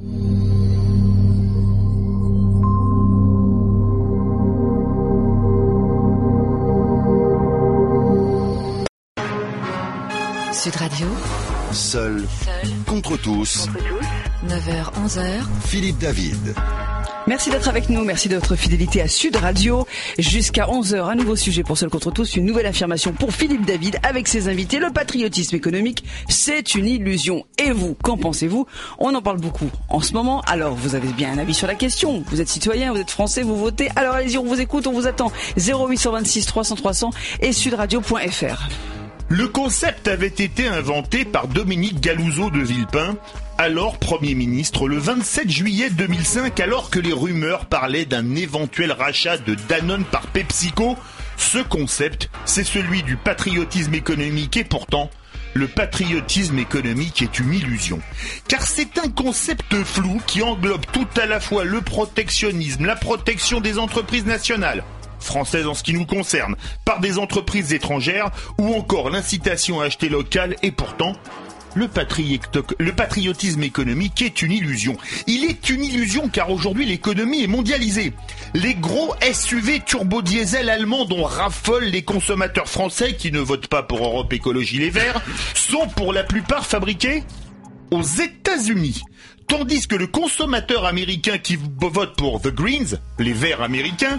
Sud Radio. Seul contre tous. 9h-11h. Philippe David. Merci d'être avec nous, merci de votre fidélité à Sud Radio. Jusqu'à 11h, un nouveau sujet pour Seul contre tous, une nouvelle affirmation pour Philippe David avec ses invités. Le patriotisme économique, c'est une illusion. Et vous, qu'en pensez-vous? On en parle beaucoup en ce moment. Alors, vous avez bien un avis sur la question. Vous êtes citoyen, vous êtes français, vous votez. Alors allez-y, on vous écoute, on vous attend. 0826 300 300 et sudradio.fr. Le concept avait été inventé par Dominique Galouzot de Villepin, alors Premier ministre, le 27 juillet 2005, alors que les rumeurs parlaient d'un éventuel rachat de Danone par PepsiCo. Ce concept, c'est celui du patriotisme économique et pourtant, le patriotisme économique est une illusion. Car c'est un concept flou qui englobe tout à la fois le protectionnisme, la protection des entreprises nationales, françaises en ce qui nous concerne, par des entreprises étrangères, ou encore l'incitation à acheter local, et pourtant, le patriotisme économique est une illusion. Il est une illusion car aujourd'hui l'économie est mondialisée. Les gros SUV turbo-diesel allemands dont raffolent les consommateurs français qui ne votent pas pour Europe Écologie Les Verts sont pour la plupart fabriqués aux États-Unis. Tandis que le consommateur américain qui vote pour The Greens, les Verts américains,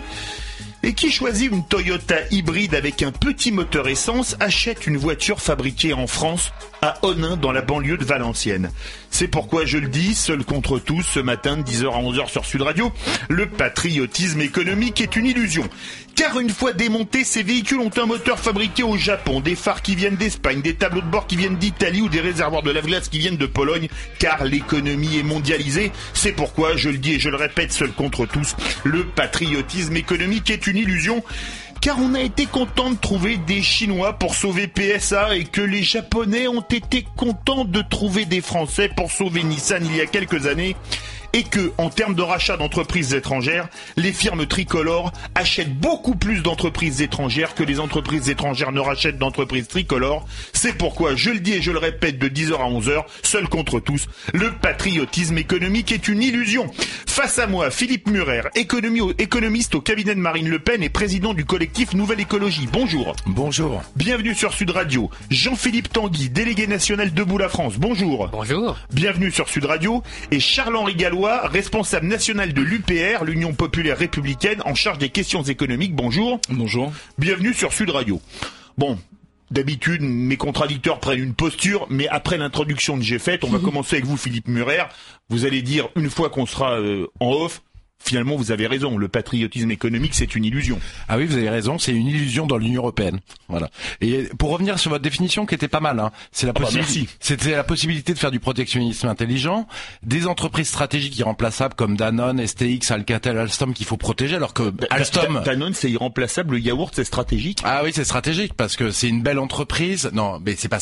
et qui choisit une Toyota hybride avec un petit moteur essence, achète une voiture fabriquée en France, à Onnain, dans la banlieue de Valenciennes. C'est pourquoi je le dis, seul contre tous, ce matin de 10h à 11h sur Sud Radio, le patriotisme économique est une illusion. Car une fois démontés, ces véhicules ont un moteur fabriqué au Japon, des phares qui viennent d'Espagne, des tableaux de bord qui viennent d'Italie ou des réservoirs de lave-glace qui viennent de Pologne, car l'économie est mondialisée. C'est pourquoi, je le dis et je le répète, seul contre tous, le patriotisme économique est une illusion. Car on a été content de trouver des Chinois pour sauver PSA et que les Japonais ont été contents de trouver des Français pour sauver Nissan il y a quelques années. Et que, en termes de rachat d'entreprises étrangères, les firmes tricolores achètent beaucoup plus d'entreprises étrangères que les entreprises étrangères ne rachètent d'entreprises tricolores. C'est pourquoi, je le dis et je le répète de 10h à 11h, seul contre tous, le patriotisme économique est une illusion. Face à moi, Philippe Murer, économiste au cabinet de Marine Le Pen et président du collectif Nouvelle Écologie. Bonjour. Bonjour. Bienvenue sur Sud Radio. Jean-Philippe Tanguy, délégué national Debout la France. Bonjour. Bonjour. Bienvenue sur Sud Radio. Et Charles-Henri Gallois, responsable national de l'UPR, l'Union Populaire Républicaine, en charge des questions économiques. Bonjour. Bonjour. Bienvenue sur Sud Radio. Bon, d'habitude, mes contradicteurs prennent une posture, mais après l'introduction que j'ai faite, on va commencer avec vous, Philippe Murer. Vous allez dire, une fois qu'on sera en off, finalement, vous avez raison. Le patriotisme économique, c'est une illusion. Ah oui, vous avez raison. C'est une illusion dans l'Union européenne. Voilà. Et pour revenir sur votre définition, qui était pas mal, hein, c'est la possibilité. C'était la possibilité de faire du protectionnisme intelligent, des entreprises stratégiques irremplaçables comme Danone, STX, Alcatel, Alstom qu'il faut protéger, alors que Alstom. Danone, c'est irremplaçable. Le yaourt, c'est stratégique. Ah oui, c'est stratégique parce que c'est une belle entreprise. Non, mais c'est pas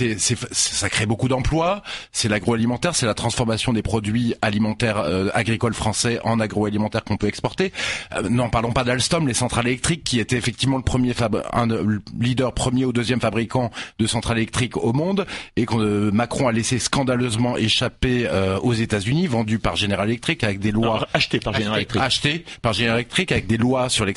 ça crée beaucoup d'emplois. C'est l'agroalimentaire, c'est la transformation des produits alimentaires agricoles français en agroalimentaire qu'on peut exporter. N'en parlons pas d'Alstom, les centrales électriques qui étaient effectivement le premier leader premier ou deuxième fabricant de centrales électriques au monde et que Macron a laissé scandaleusement échapper aux États-Unis, vendues par General Electric avec des lois achetées par General Electric avec des lois sur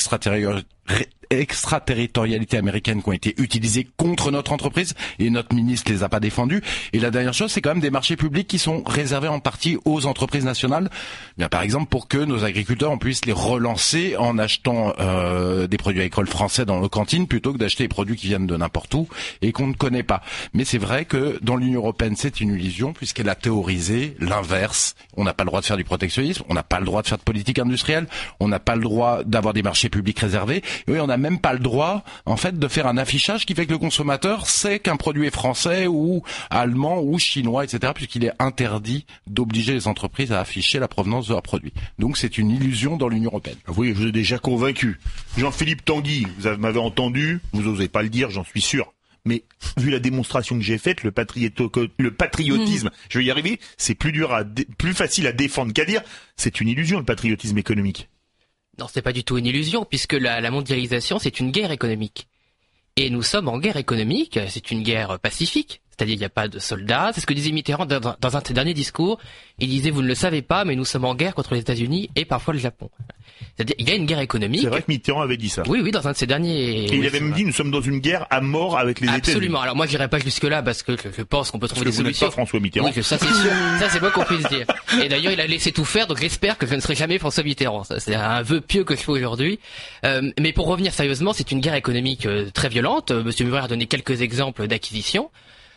extraterritorialité américaine qui ont été utilisées contre notre entreprise et notre ministre les a pas défendus. Et la dernière chose, c'est quand même des marchés publics qui sont réservés en partie aux entreprises nationales. Bien, par exemple, pour que nos agriculteurs, on puisse les relancer en achetant des produits agricoles français dans nos cantines plutôt que d'acheter des produits qui viennent de n'importe où et qu'on ne connaît pas. Mais c'est vrai que dans l'Union européenne, c'est une illusion puisqu'elle a théorisé l'inverse. On n'a pas le droit de faire du protectionnisme, on n'a pas le droit de faire de politique industrielle, on n'a pas le droit d'avoir des marchés publics réservés. Et oui, on n'a même pas le droit, en fait, de faire un affichage qui fait que le consommateur sait qu'un produit est français ou allemand ou chinois, etc., puisqu'il est interdit d'obliger les entreprises à afficher la provenance de leurs produits. Donc c'est une illusion dans l'Union européenne. Oui, je vous ai déjà convaincu. Jean-Philippe Tanguy, vous m'avez entendu, vous osez pas le dire, j'en suis sûr. Mais vu la démonstration que j'ai faite, le patriotisme, je vais y arriver, c'est plus facile à défendre qu'à dire. C'est une illusion, le patriotisme économique. Non, c'est pas du tout une illusion, puisque la mondialisation, c'est une guerre économique. Et nous sommes en guerre économique, c'est une guerre pacifique. c'est-à-dire il n'y a pas de soldats. C'est ce que disait Mitterrand dans un de ses derniers discours. Il disait, vous ne le savez pas, mais nous sommes en guerre contre les États-Unis et parfois le Japon. C'est-à-dire, il y a une guerre économique. C'est vrai que Mitterrand avait dit ça. Oui, dans un de ses derniers... Et il avait même dit, nous sommes dans une guerre à mort avec les États-Unis. Absolument. Alors moi, j'irai pas jusque-là parce que je pense qu'on peut trouver des solutions. Vous n'êtes pas François Mitterrand. Oui, ça c'est sûr. Ça c'est moi qu'on puisse dire. Et d'ailleurs, il a laissé tout faire, donc j'espère que je ne serai jamais François Mitterrand. Ça, c'est un vœu pieux que je fais aujourd'hui. Mais pour revenir sérieusement, c'est une guerre économique très violente. Monsieur Murat a donné quelques exemples d'acquisition.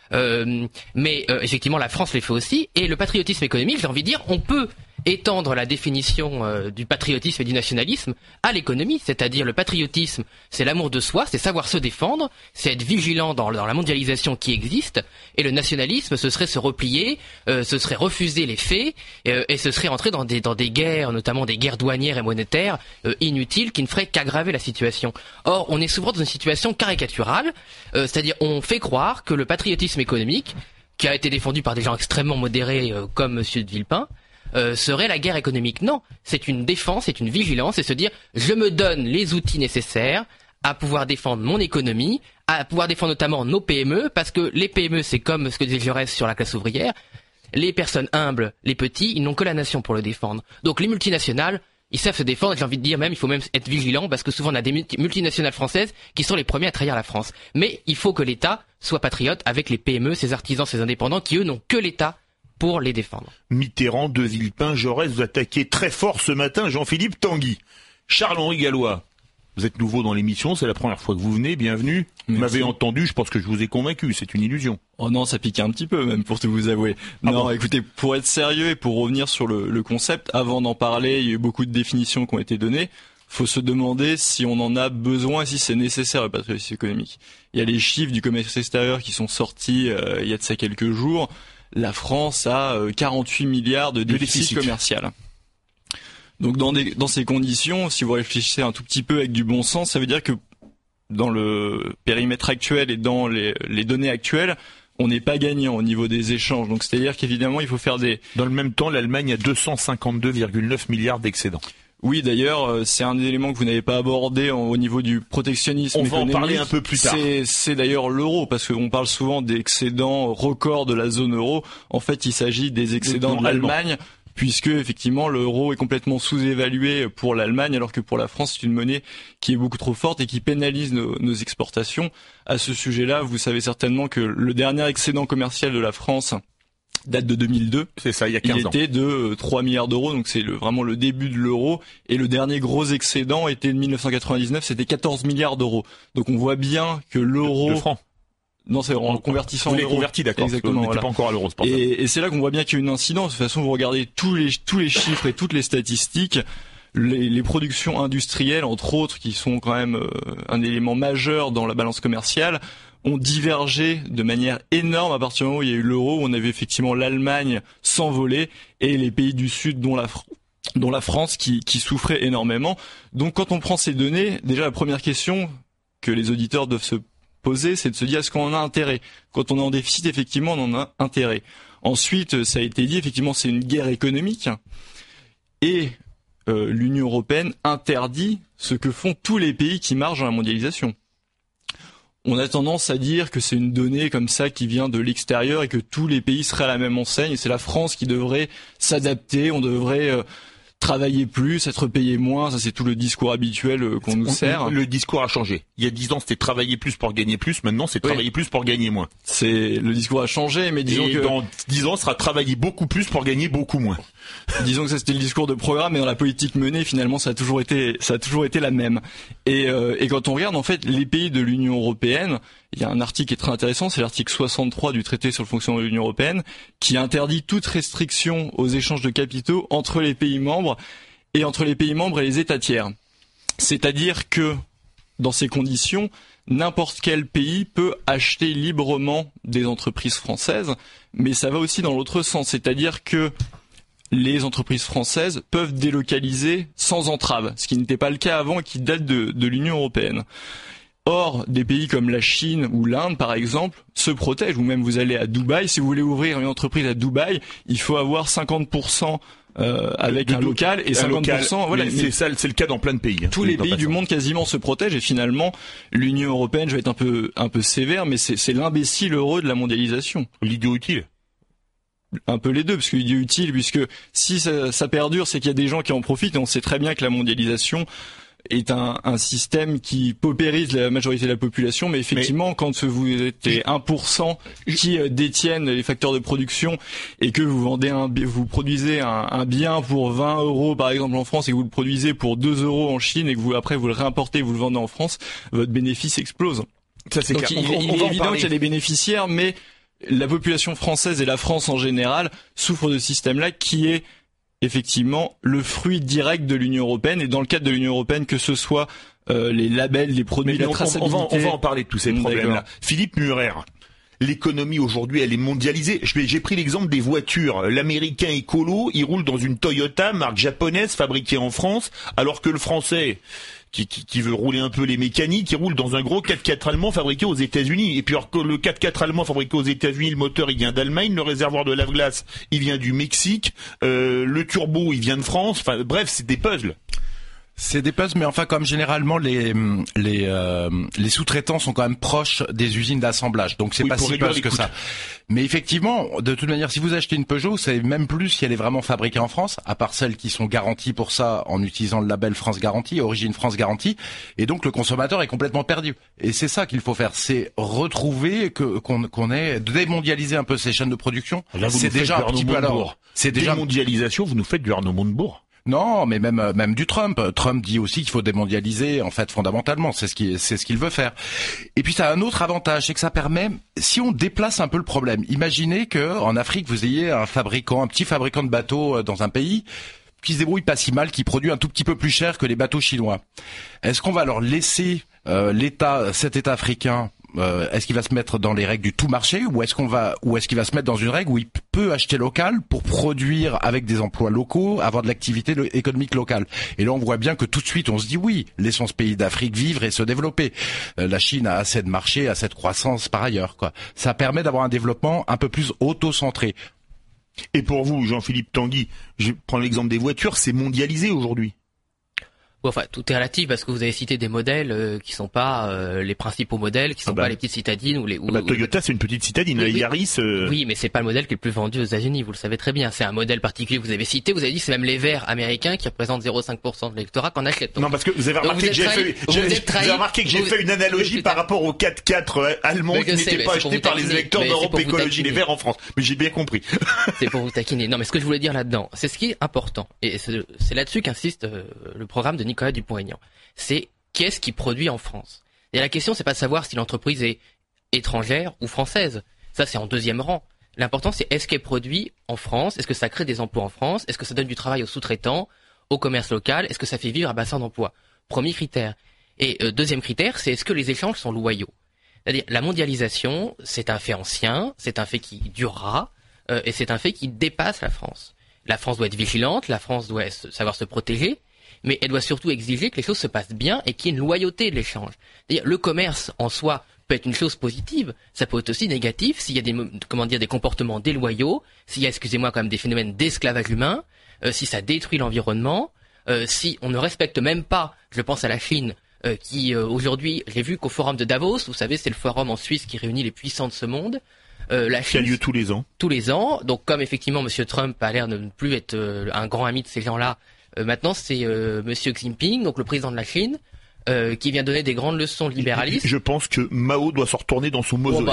Mais effectivement, la France les fait aussi. Et le patriotisme économique, j'ai envie de dire, on peut étendre la définition du patriotisme et du nationalisme à l'économie, c'est-à-dire le patriotisme, c'est l'amour de soi, c'est savoir se défendre, c'est être vigilant dans la mondialisation qui existe, et le nationalisme, ce serait se replier, ce serait refuser les faits, et ce serait entrer dans des guerres, notamment des guerres douanières et monétaires inutiles qui ne feraient qu'aggraver la situation. Or, on est souvent dans une situation caricaturale, c'est-à-dire on fait croire que le patriotisme économique, qui a été défendu par des gens extrêmement modérés comme Monsieur de Villepin, serait la guerre économique. Non, c'est une défense, c'est une vigilance, c'est se dire je me donne les outils nécessaires à pouvoir défendre mon économie, à pouvoir défendre notamment nos PME, parce que les PME, c'est comme ce que disait Jaurès sur la classe ouvrière, les personnes humbles, les petits, ils n'ont que la nation pour le défendre. Donc les multinationales, ils savent se défendre, et j'ai envie de dire même, il faut même être vigilant, parce que souvent on a des multinationales françaises qui sont les premiers à trahir la France. Mais il faut que l'État soit patriote avec les PME, ses artisans, ses indépendants, qui eux n'ont que l'État pour les défendre. Mitterrand, De Villepin, Jaurès, vous attaquez très fort ce matin Jean-Philippe Tanguy. Charles-Henri Gallois, vous êtes nouveau dans l'émission, c'est la première fois que vous venez, bienvenue. Vous m'avez entendu, je pense que je vous ai convaincu, c'est une illusion. Oh non, ça pique un petit peu même, pour tout vous avouer. Non, écoutez, pour être sérieux et pour revenir sur le concept, avant d'en parler, il y a eu beaucoup de définitions qui ont été données. Faut se demander si on en a besoin et si c'est nécessaire le patriotisme économique. Il y a les chiffres du commerce extérieur qui sont sortis il y a de ça quelques jours. La France a 48 milliards de déficit commercial. Donc dans ces conditions, si vous réfléchissez un tout petit peu avec du bon sens, ça veut dire que dans le périmètre actuel et dans les données actuelles, on n'est pas gagnant au niveau des échanges. Donc c'est-à-dire qu'évidemment, il faut faire des... Dans le même temps, l'Allemagne a 252,9 milliards d'excédents. Oui, d'ailleurs, c'est un élément que vous n'avez pas abordé au niveau du protectionnisme économique. On va en parler un peu plus tard. C'est d'ailleurs l'euro, parce qu'on parle souvent d'excédents records de la zone euro. En fait, il s'agit des excédents de l'Allemagne, puisque effectivement l'euro est complètement sous-évalué pour l'Allemagne, alors que pour la France, c'est une monnaie qui est beaucoup trop forte et qui pénalise nos exportations. À ce sujet-là, vous savez certainement que le dernier excédent commercial de la France date de 2002. C'est ça, il y a 15 ans. Il était de 3 milliards d'euros, donc c'est vraiment le début de l'euro. Et le dernier gros excédent était de 1999, c'était 14 milliards d'euros. Donc on voit bien que l'euro... De francs. Non, c'est en convertissant en euros. Vous l'avez converti, d'accord. Exactement. On n'était pas encore à l'euro, c'est pour ça. Et c'est là qu'on voit bien qu'il y a une incidence. De toute façon, vous regardez tous les chiffres et toutes les statistiques. Les productions industrielles, entre autres, qui sont quand même un élément majeur dans la balance commerciale, ont divergé de manière énorme à partir du moment où il y a eu l'euro, où on avait effectivement l'Allemagne s'envoler et les pays du Sud, dont la France, qui souffrait énormément. Donc quand on prend ces données, déjà la première question que les auditeurs doivent se poser, c'est de se dire est-ce qu'on en a intérêt ? Quand on est en déficit, effectivement, on en a intérêt. Ensuite, ça a été dit, effectivement, c'est une guerre économique et l'Union européenne interdit ce que font tous les pays qui marchent dans la mondialisation. On a tendance à dire que c'est une donnée comme ça qui vient de l'extérieur et que tous les pays seraient à la même enseigne et c'est la France qui devrait s'adapter, on devrait travailler plus, être payé moins, ça c'est tout le discours habituel qu'on nous sert. Le discours a changé. Il y a 10 ans c'était travailler plus pour gagner plus, maintenant c'est travailler plus pour gagner moins. Le discours a changé, mais disons que dans 10 ans, ce sera travailler beaucoup plus pour gagner beaucoup moins. Disons que ça c'était le discours de programme, mais dans la politique menée, finalement, ça a toujours été la même. Et quand on regarde, en fait, les pays de l'Union européenne, il y a un article qui est très intéressant, c'est l'article 63 du traité sur le fonctionnement de l'Union européenne, qui interdit toute restriction aux échanges de capitaux entre les pays membres et entre les pays membres et les États tiers. C'est-à-dire que, dans ces conditions, n'importe quel pays peut acheter librement des entreprises françaises, mais ça va aussi dans l'autre sens, c'est-à-dire que les entreprises françaises peuvent délocaliser sans entrave, ce qui n'était pas le cas avant et qui date de l'Union européenne. Or, des pays comme la Chine ou l'Inde, par exemple, se protègent. Ou même vous allez à Dubaï, si vous voulez ouvrir une entreprise à Dubaï, il faut avoir 50% avec un local et 50%. Local, voilà, c'est ça, c'est le cas dans plein de pays. Tous les pays du monde quasiment se protègent et finalement, l'Union européenne, je vais être un peu sévère, mais c'est l'imbécile heureux de la mondialisation. L'idiot utile. Un peu les deux, parce que l'idiot utile, puisque si ça perdure, c'est qu'il y a des gens qui en profitent et on sait très bien que la mondialisation est un système qui paupérise la majorité de la population, mais effectivement, quand vous êtes les 1% qui détiennent les facteurs de production et que vous produisez un bien pour 20 € par exemple en France et que vous le produisez pour 2 € en Chine et que après vous le réimportez et vous le vendez en France, votre bénéfice explose. Ça c'est donc clair. Il est évident qu'il y a des bénéficiaires, mais la population française et la France en général souffrent de ce système-là qui est effectivement le fruit direct de l'Union européenne et dans le cadre de l'Union européenne, que ce soit les labels, les produits, la traçabilité. On va en parler de tous ces problèmes-là. Philippe Murer, l'économie aujourd'hui, elle est mondialisée. J'ai pris l'exemple des voitures. L'américain écolo, il roule dans une Toyota, marque japonaise, fabriquée en France, alors que le français qui veut rouler un peu les mécaniques, il roule dans un gros 4x4 allemand fabriqué aux États-Unis. Et puis alors que le 4x4 allemand fabriqué aux États-Unis, le moteur il vient d'Allemagne, le réservoir de lave-glace il vient du Mexique, le turbo il vient de France. Enfin bref, c'est des puzzles. C'est des puzzles, mais enfin comme généralement les sous-traitants sont quand même proches des usines d'assemblage, donc c'est pas si puzzle que ça. Mais effectivement, de toute manière, si vous achetez une Peugeot, vous savez même plus si elle est vraiment fabriquée en France, à part celles qui sont garanties pour ça en utilisant le label France Garantie, Origine France Garantie, et donc le consommateur est complètement perdu. Et c'est ça qu'il faut faire, c'est retrouver qu'on ait démondialisé un peu ces chaînes de production. Là, c'est déjà un petit peu à l'heure. C'est déjà démondialisation. Vous nous faites du Arnaud Montebourg. Non, mais même du Trump. Trump dit aussi qu'il faut démondialiser, en fait, fondamentalement. C'est ce qu'il veut faire. Et puis, ça a un autre avantage, c'est que ça permet, si on déplace un peu le problème, imaginez que, en Afrique, vous ayez un petit fabricant de bateaux dans un pays, qui se débrouille pas si mal, qui produit un tout petit peu plus cher que les bateaux chinois. Est-ce qu'on va alors laisser, cet État africain, est-ce qu'il va se mettre dans les règles du tout marché ou est-ce qu'il va se mettre dans une règle où il peut acheter local pour produire avec des emplois locaux, avoir de l'activité économique locale? Et là, on voit bien que tout de suite, on se dit oui, laissons ce pays d'Afrique vivre et se développer. La Chine a assez de marché, assez de croissance par ailleurs, quoi. Ça permet d'avoir un développement un peu plus auto-centré. Et pour vous, Jean-Philippe Tanguy, je prends l'exemple des voitures, c'est mondialisé aujourd'hui. Enfin, tout est relatif parce que vous avez cité des modèles qui sont pas les principaux modèles, qui sont pas les petites citadines ou les. Toyota, c'est une petite citadine. Oui, Yaris. Oui, mais c'est pas le modèle qui est le plus vendu aux États-Unis. Vous le savez très bien. C'est un modèle particulier que vous avez cité. Vous avez dit que c'est même les Verts américains qui représentent 0,5% de l'électorat qu'on achète. Non, parce que vous avez remarqué que j'ai fait une analogie par rapport aux 4x4 allemands qui n'étaient pas achetés par les électeurs d'Europe Écologie Les Verts en France. Mais j'ai bien compris. C'est pour vous taquiner. Non, mais ce que je voulais dire là-dedans, c'est ce qui est important. Et c'est là-dessus qu'insiste le programme de Nicolas Dupont-Aignan. C'est qu'est-ce qui produit en France. Et la question, c'est pas de savoir si l'entreprise est étrangère ou française. Ça, c'est en deuxième rang. L'important, c'est est-ce qu'elle produit en France, est-ce que ça crée des emplois en France, est-ce que ça donne du travail aux sous-traitants, au commerce local, est-ce que ça fait vivre un bassin d'emploi. Premier critère. Et deuxième critère, c'est est-ce que les échanges sont loyaux. C'est-à-dire, la mondialisation, c'est un fait ancien, c'est un fait qui durera, et c'est un fait qui dépasse la France. La France doit être vigilante, la France doit savoir se protéger, mais elle doit surtout exiger que les choses se passent bien et qu'il y ait une loyauté de l'échange. C'est-à-dire, le commerce en soi peut être une chose positive, ça peut être aussi négatif s'il y a des comportements déloyaux, s'il y a, quand même des phénomènes d'esclavage humain, si ça détruit l'environnement, si on ne respecte même pas, je pense à la Chine, qui aujourd'hui, j'ai vu qu'au forum de Davos, vous savez, c'est le forum en Suisse qui réunit les puissants de ce monde, la Chine, qui a lieu tous les ans. Tous les ans. Donc, comme effectivement, Monsieur Trump a l'air de ne plus être un grand ami de ces gens-là, maintenant c'est Monsieur Xi Jinping, donc le président de la Chine, qui vient donner des grandes leçons de libéralisme. Je pense que Mao doit se retourner dans son mausolée.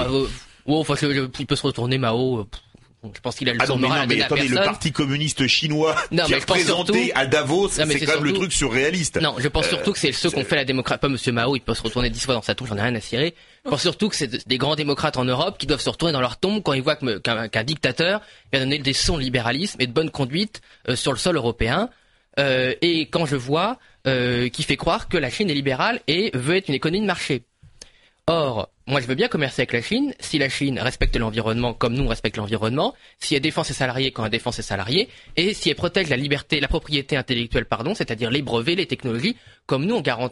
Il peut se retourner, Mao. Je pense qu'il a le son moral. Mais attendez, le Parti communiste chinois qui est présenté à Davos, c'est quand même le truc surréaliste. Non, je pense surtout que c'est ceux qu'on fait la démocratie. Pas Monsieur Mao, il peut se retourner 10 fois dans sa tombe, j'en ai rien à cirer. Je pense surtout que c'est des grands démocrates en Europe qui doivent se retourner dans leur tombe quand ils voient qu'un dictateur vient donner des leçons de libéralisme et de bonne conduite sur le sol européen. Et quand je vois qui fait croire que la Chine est libérale et veut être une économie de marché. Or, moi je veux bien commercer avec la Chine si la Chine respecte l'environnement comme nous on respecte l'environnement, si elle défend ses salariés quand elle défend ses salariés, et si elle protège la propriété intellectuelle, c'est-à-dire les brevets, les technologies, comme nous on garantit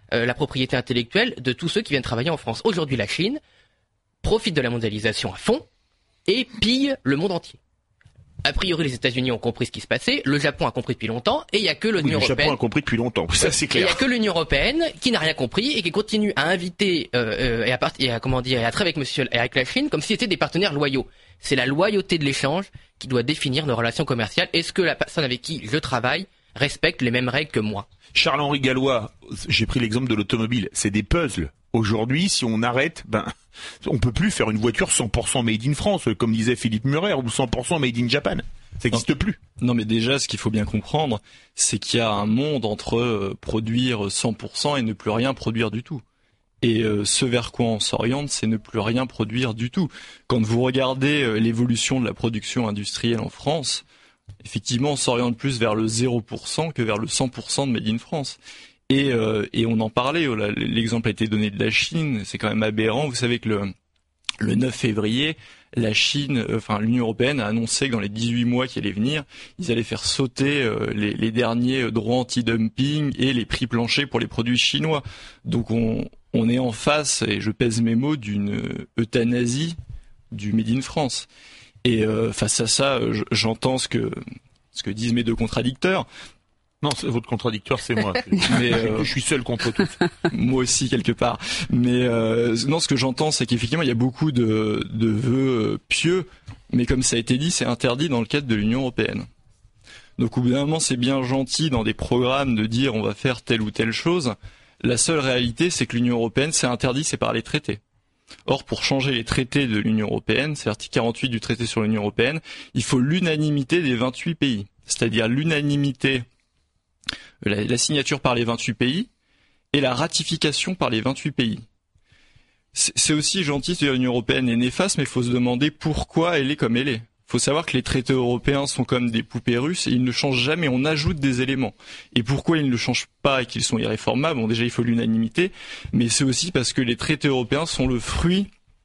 la propriété intellectuelle de tous ceux qui viennent travailler en France. Aujourd'hui, la Chine profite de la mondialisation à fond et pille le monde entier. A priori, les États-Unis ont compris ce qui se passait, le Japon a compris depuis longtemps, et il y a que l'Union européenne. Le Japon a compris depuis longtemps, ça c'est clair. Et il y a que l'Union européenne qui n'a rien compris et qui continue à inviter et à travailler avec la Chine comme si c'était des partenaires loyaux. C'est la loyauté de l'échange qui doit définir nos relations commerciales. Est-ce que la personne avec qui je travaille respecte les mêmes règles que moi? Charles-Henri Gallois, j'ai pris l'exemple de l'automobile, c'est des puzzles. Aujourd'hui, si on arrête, on peut plus faire une voiture 100% made in France, comme disait Philippe Murer, ou 100% made in Japan. Ça n'existe plus. Non, mais déjà, ce qu'il faut bien comprendre, c'est qu'il y a un monde entre produire 100% et ne plus rien produire du tout. Et ce vers quoi on s'oriente, c'est ne plus rien produire du tout. Quand vous regardez l'évolution de la production industrielle en France, effectivement, on s'oriente plus vers le 0% que vers le 100% de made in France. Et on en parlait, l'exemple a été donné de la Chine, c'est quand même aberrant. Vous savez que le 9 février, l'Union européenne a annoncé que dans les 18 mois qui allaient venir, ils allaient faire sauter les derniers droits anti-dumping et les prix planchers pour les produits chinois. Donc on est en face, et je pèse mes mots, d'une euthanasie du Made in France. Et face à ça, j'entends ce que disent mes deux contradicteurs. Non, votre contradicteur, c'est moi. Mais je suis seul contre tous. Moi aussi, quelque part. Mais non, ce que j'entends, c'est qu'effectivement, il y a beaucoup de vœux pieux, mais comme ça a été dit, c'est interdit dans le cadre de l'Union européenne. Donc au bout d'un moment, c'est bien gentil dans des programmes de dire on va faire telle ou telle chose. La seule réalité, c'est que l'Union européenne, c'est interdit, c'est par les traités. Or, pour changer les traités de l'Union européenne, c'est l'article 48 du traité sur l'Union européenne, il faut l'unanimité des 28 pays. C'est-à-dire l'unanimité, la signature par les 28 pays et la ratification par les 28 pays. C'est aussi gentil, c'est-à-dire l'Union européenne est néfaste, mais il faut se demander pourquoi elle est comme elle est. Il faut savoir que les traités européens sont comme des poupées russes et ils ne changent jamais, on ajoute des éléments. Et pourquoi ils ne changent pas et qu'ils sont irréformables? Bon, déjà, il faut l'unanimité, mais c'est aussi parce que les traités européens sont le fruit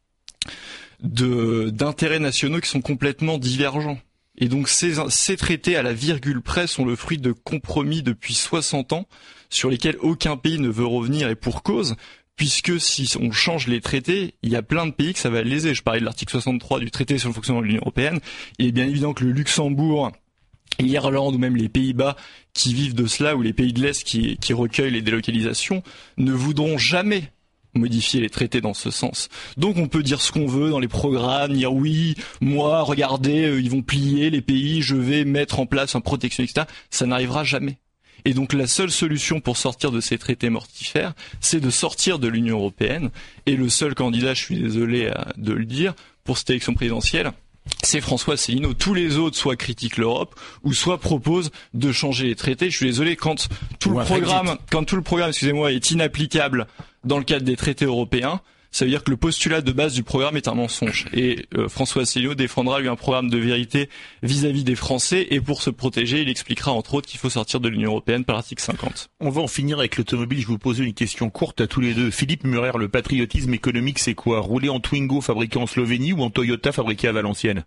d'intérêts nationaux qui sont complètement divergents. Et donc ces traités à la virgule près sont le fruit de compromis depuis 60 ans sur lesquels aucun pays ne veut revenir, et pour cause, puisque si on change les traités, il y a plein de pays que ça va léser. Je parlais de l'article 63 du traité sur le fonctionnement de l'Union européenne. Il est bien évident que le Luxembourg, l'Irlande ou même les Pays-Bas qui vivent de cela, ou les pays de l'Est qui recueillent les délocalisations, ne voudront jamais modifier les traités dans ce sens. Donc on peut dire ce qu'on veut dans les programmes, dire oui, moi, regardez, ils vont plier les pays, je vais mettre en place un protection, etc. Ça n'arrivera jamais. Et donc la seule solution pour sortir de ces traités mortifères, c'est de sortir de l'Union européenne. Et le seul candidat, je suis désolé de le dire, pour cette élection présidentielle, c'est François Asselineau. Tous les autres soit critiquent l'Europe ou soit proposent de changer les traités. Je suis désolé, quand tout le programme, excusez-moi, est inapplicable dans le cadre des traités européens, ça veut dire que le postulat de base du programme est un mensonge. Et François Asselineau défendra lui un programme de vérité vis-à-vis des Français, et pour se protéger, il expliquera entre autres qu'il faut sortir de l'Union européenne par l'article 50. On va en finir avec l'automobile. Je vais vous poser une question courte à tous les deux. Philippe Murer, le patriotisme économique, c'est quoi? Rouler en Twingo fabriqué en Slovénie ou en Toyota fabriqué à Valenciennes?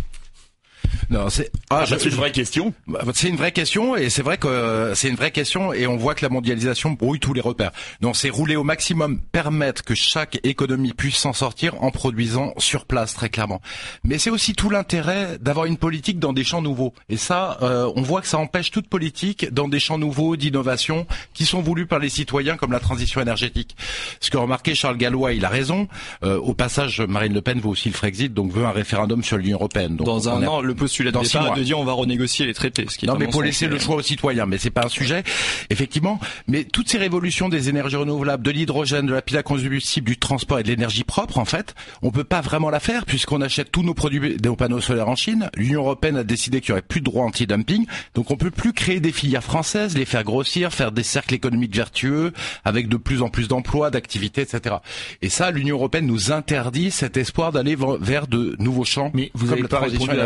Non, c'est c'est une vraie question. C'est une vraie question, et c'est vrai que c'est une vraie question, et on voit que la mondialisation brouille tous les repères. Donc c'est rouler au maximum, permettre que chaque économie puisse s'en sortir en produisant sur place, très clairement. Mais c'est aussi tout l'intérêt d'avoir une politique dans des champs nouveaux. Et ça, on voit que ça empêche toute politique dans des champs nouveaux d'innovation qui sont voulus par les citoyens, comme la transition énergétique. Ce que remarquait Charles Gallois, il a raison. Au passage, Marine Le Pen veut aussi le Frexit, donc veut un référendum sur l'Union européenne. Donc dans un an, le postulat de départ de dire on va renégocier les traités. Ce qui non, mais pour laisser le choix aux citoyens, mais c'est pas un sujet, effectivement. Mais toutes ces révolutions des énergies renouvelables, de l'hydrogène, de la pile à combustible, du transport et de l'énergie propre, en fait, on peut pas vraiment la faire puisqu'on achète tous nos produits, nos panneaux solaires en Chine. L'Union européenne a décidé qu'il y aurait plus de droits anti-dumping, donc on peut plus créer des filières françaises, les faire grossir, faire des cercles économiques vertueux avec de plus en plus d'emplois, d'activités, etc. Et ça, l'Union européenne nous interdit cet espoir d'aller vers de nouveaux champs. Mais vous n'avez pas répondu à ma question.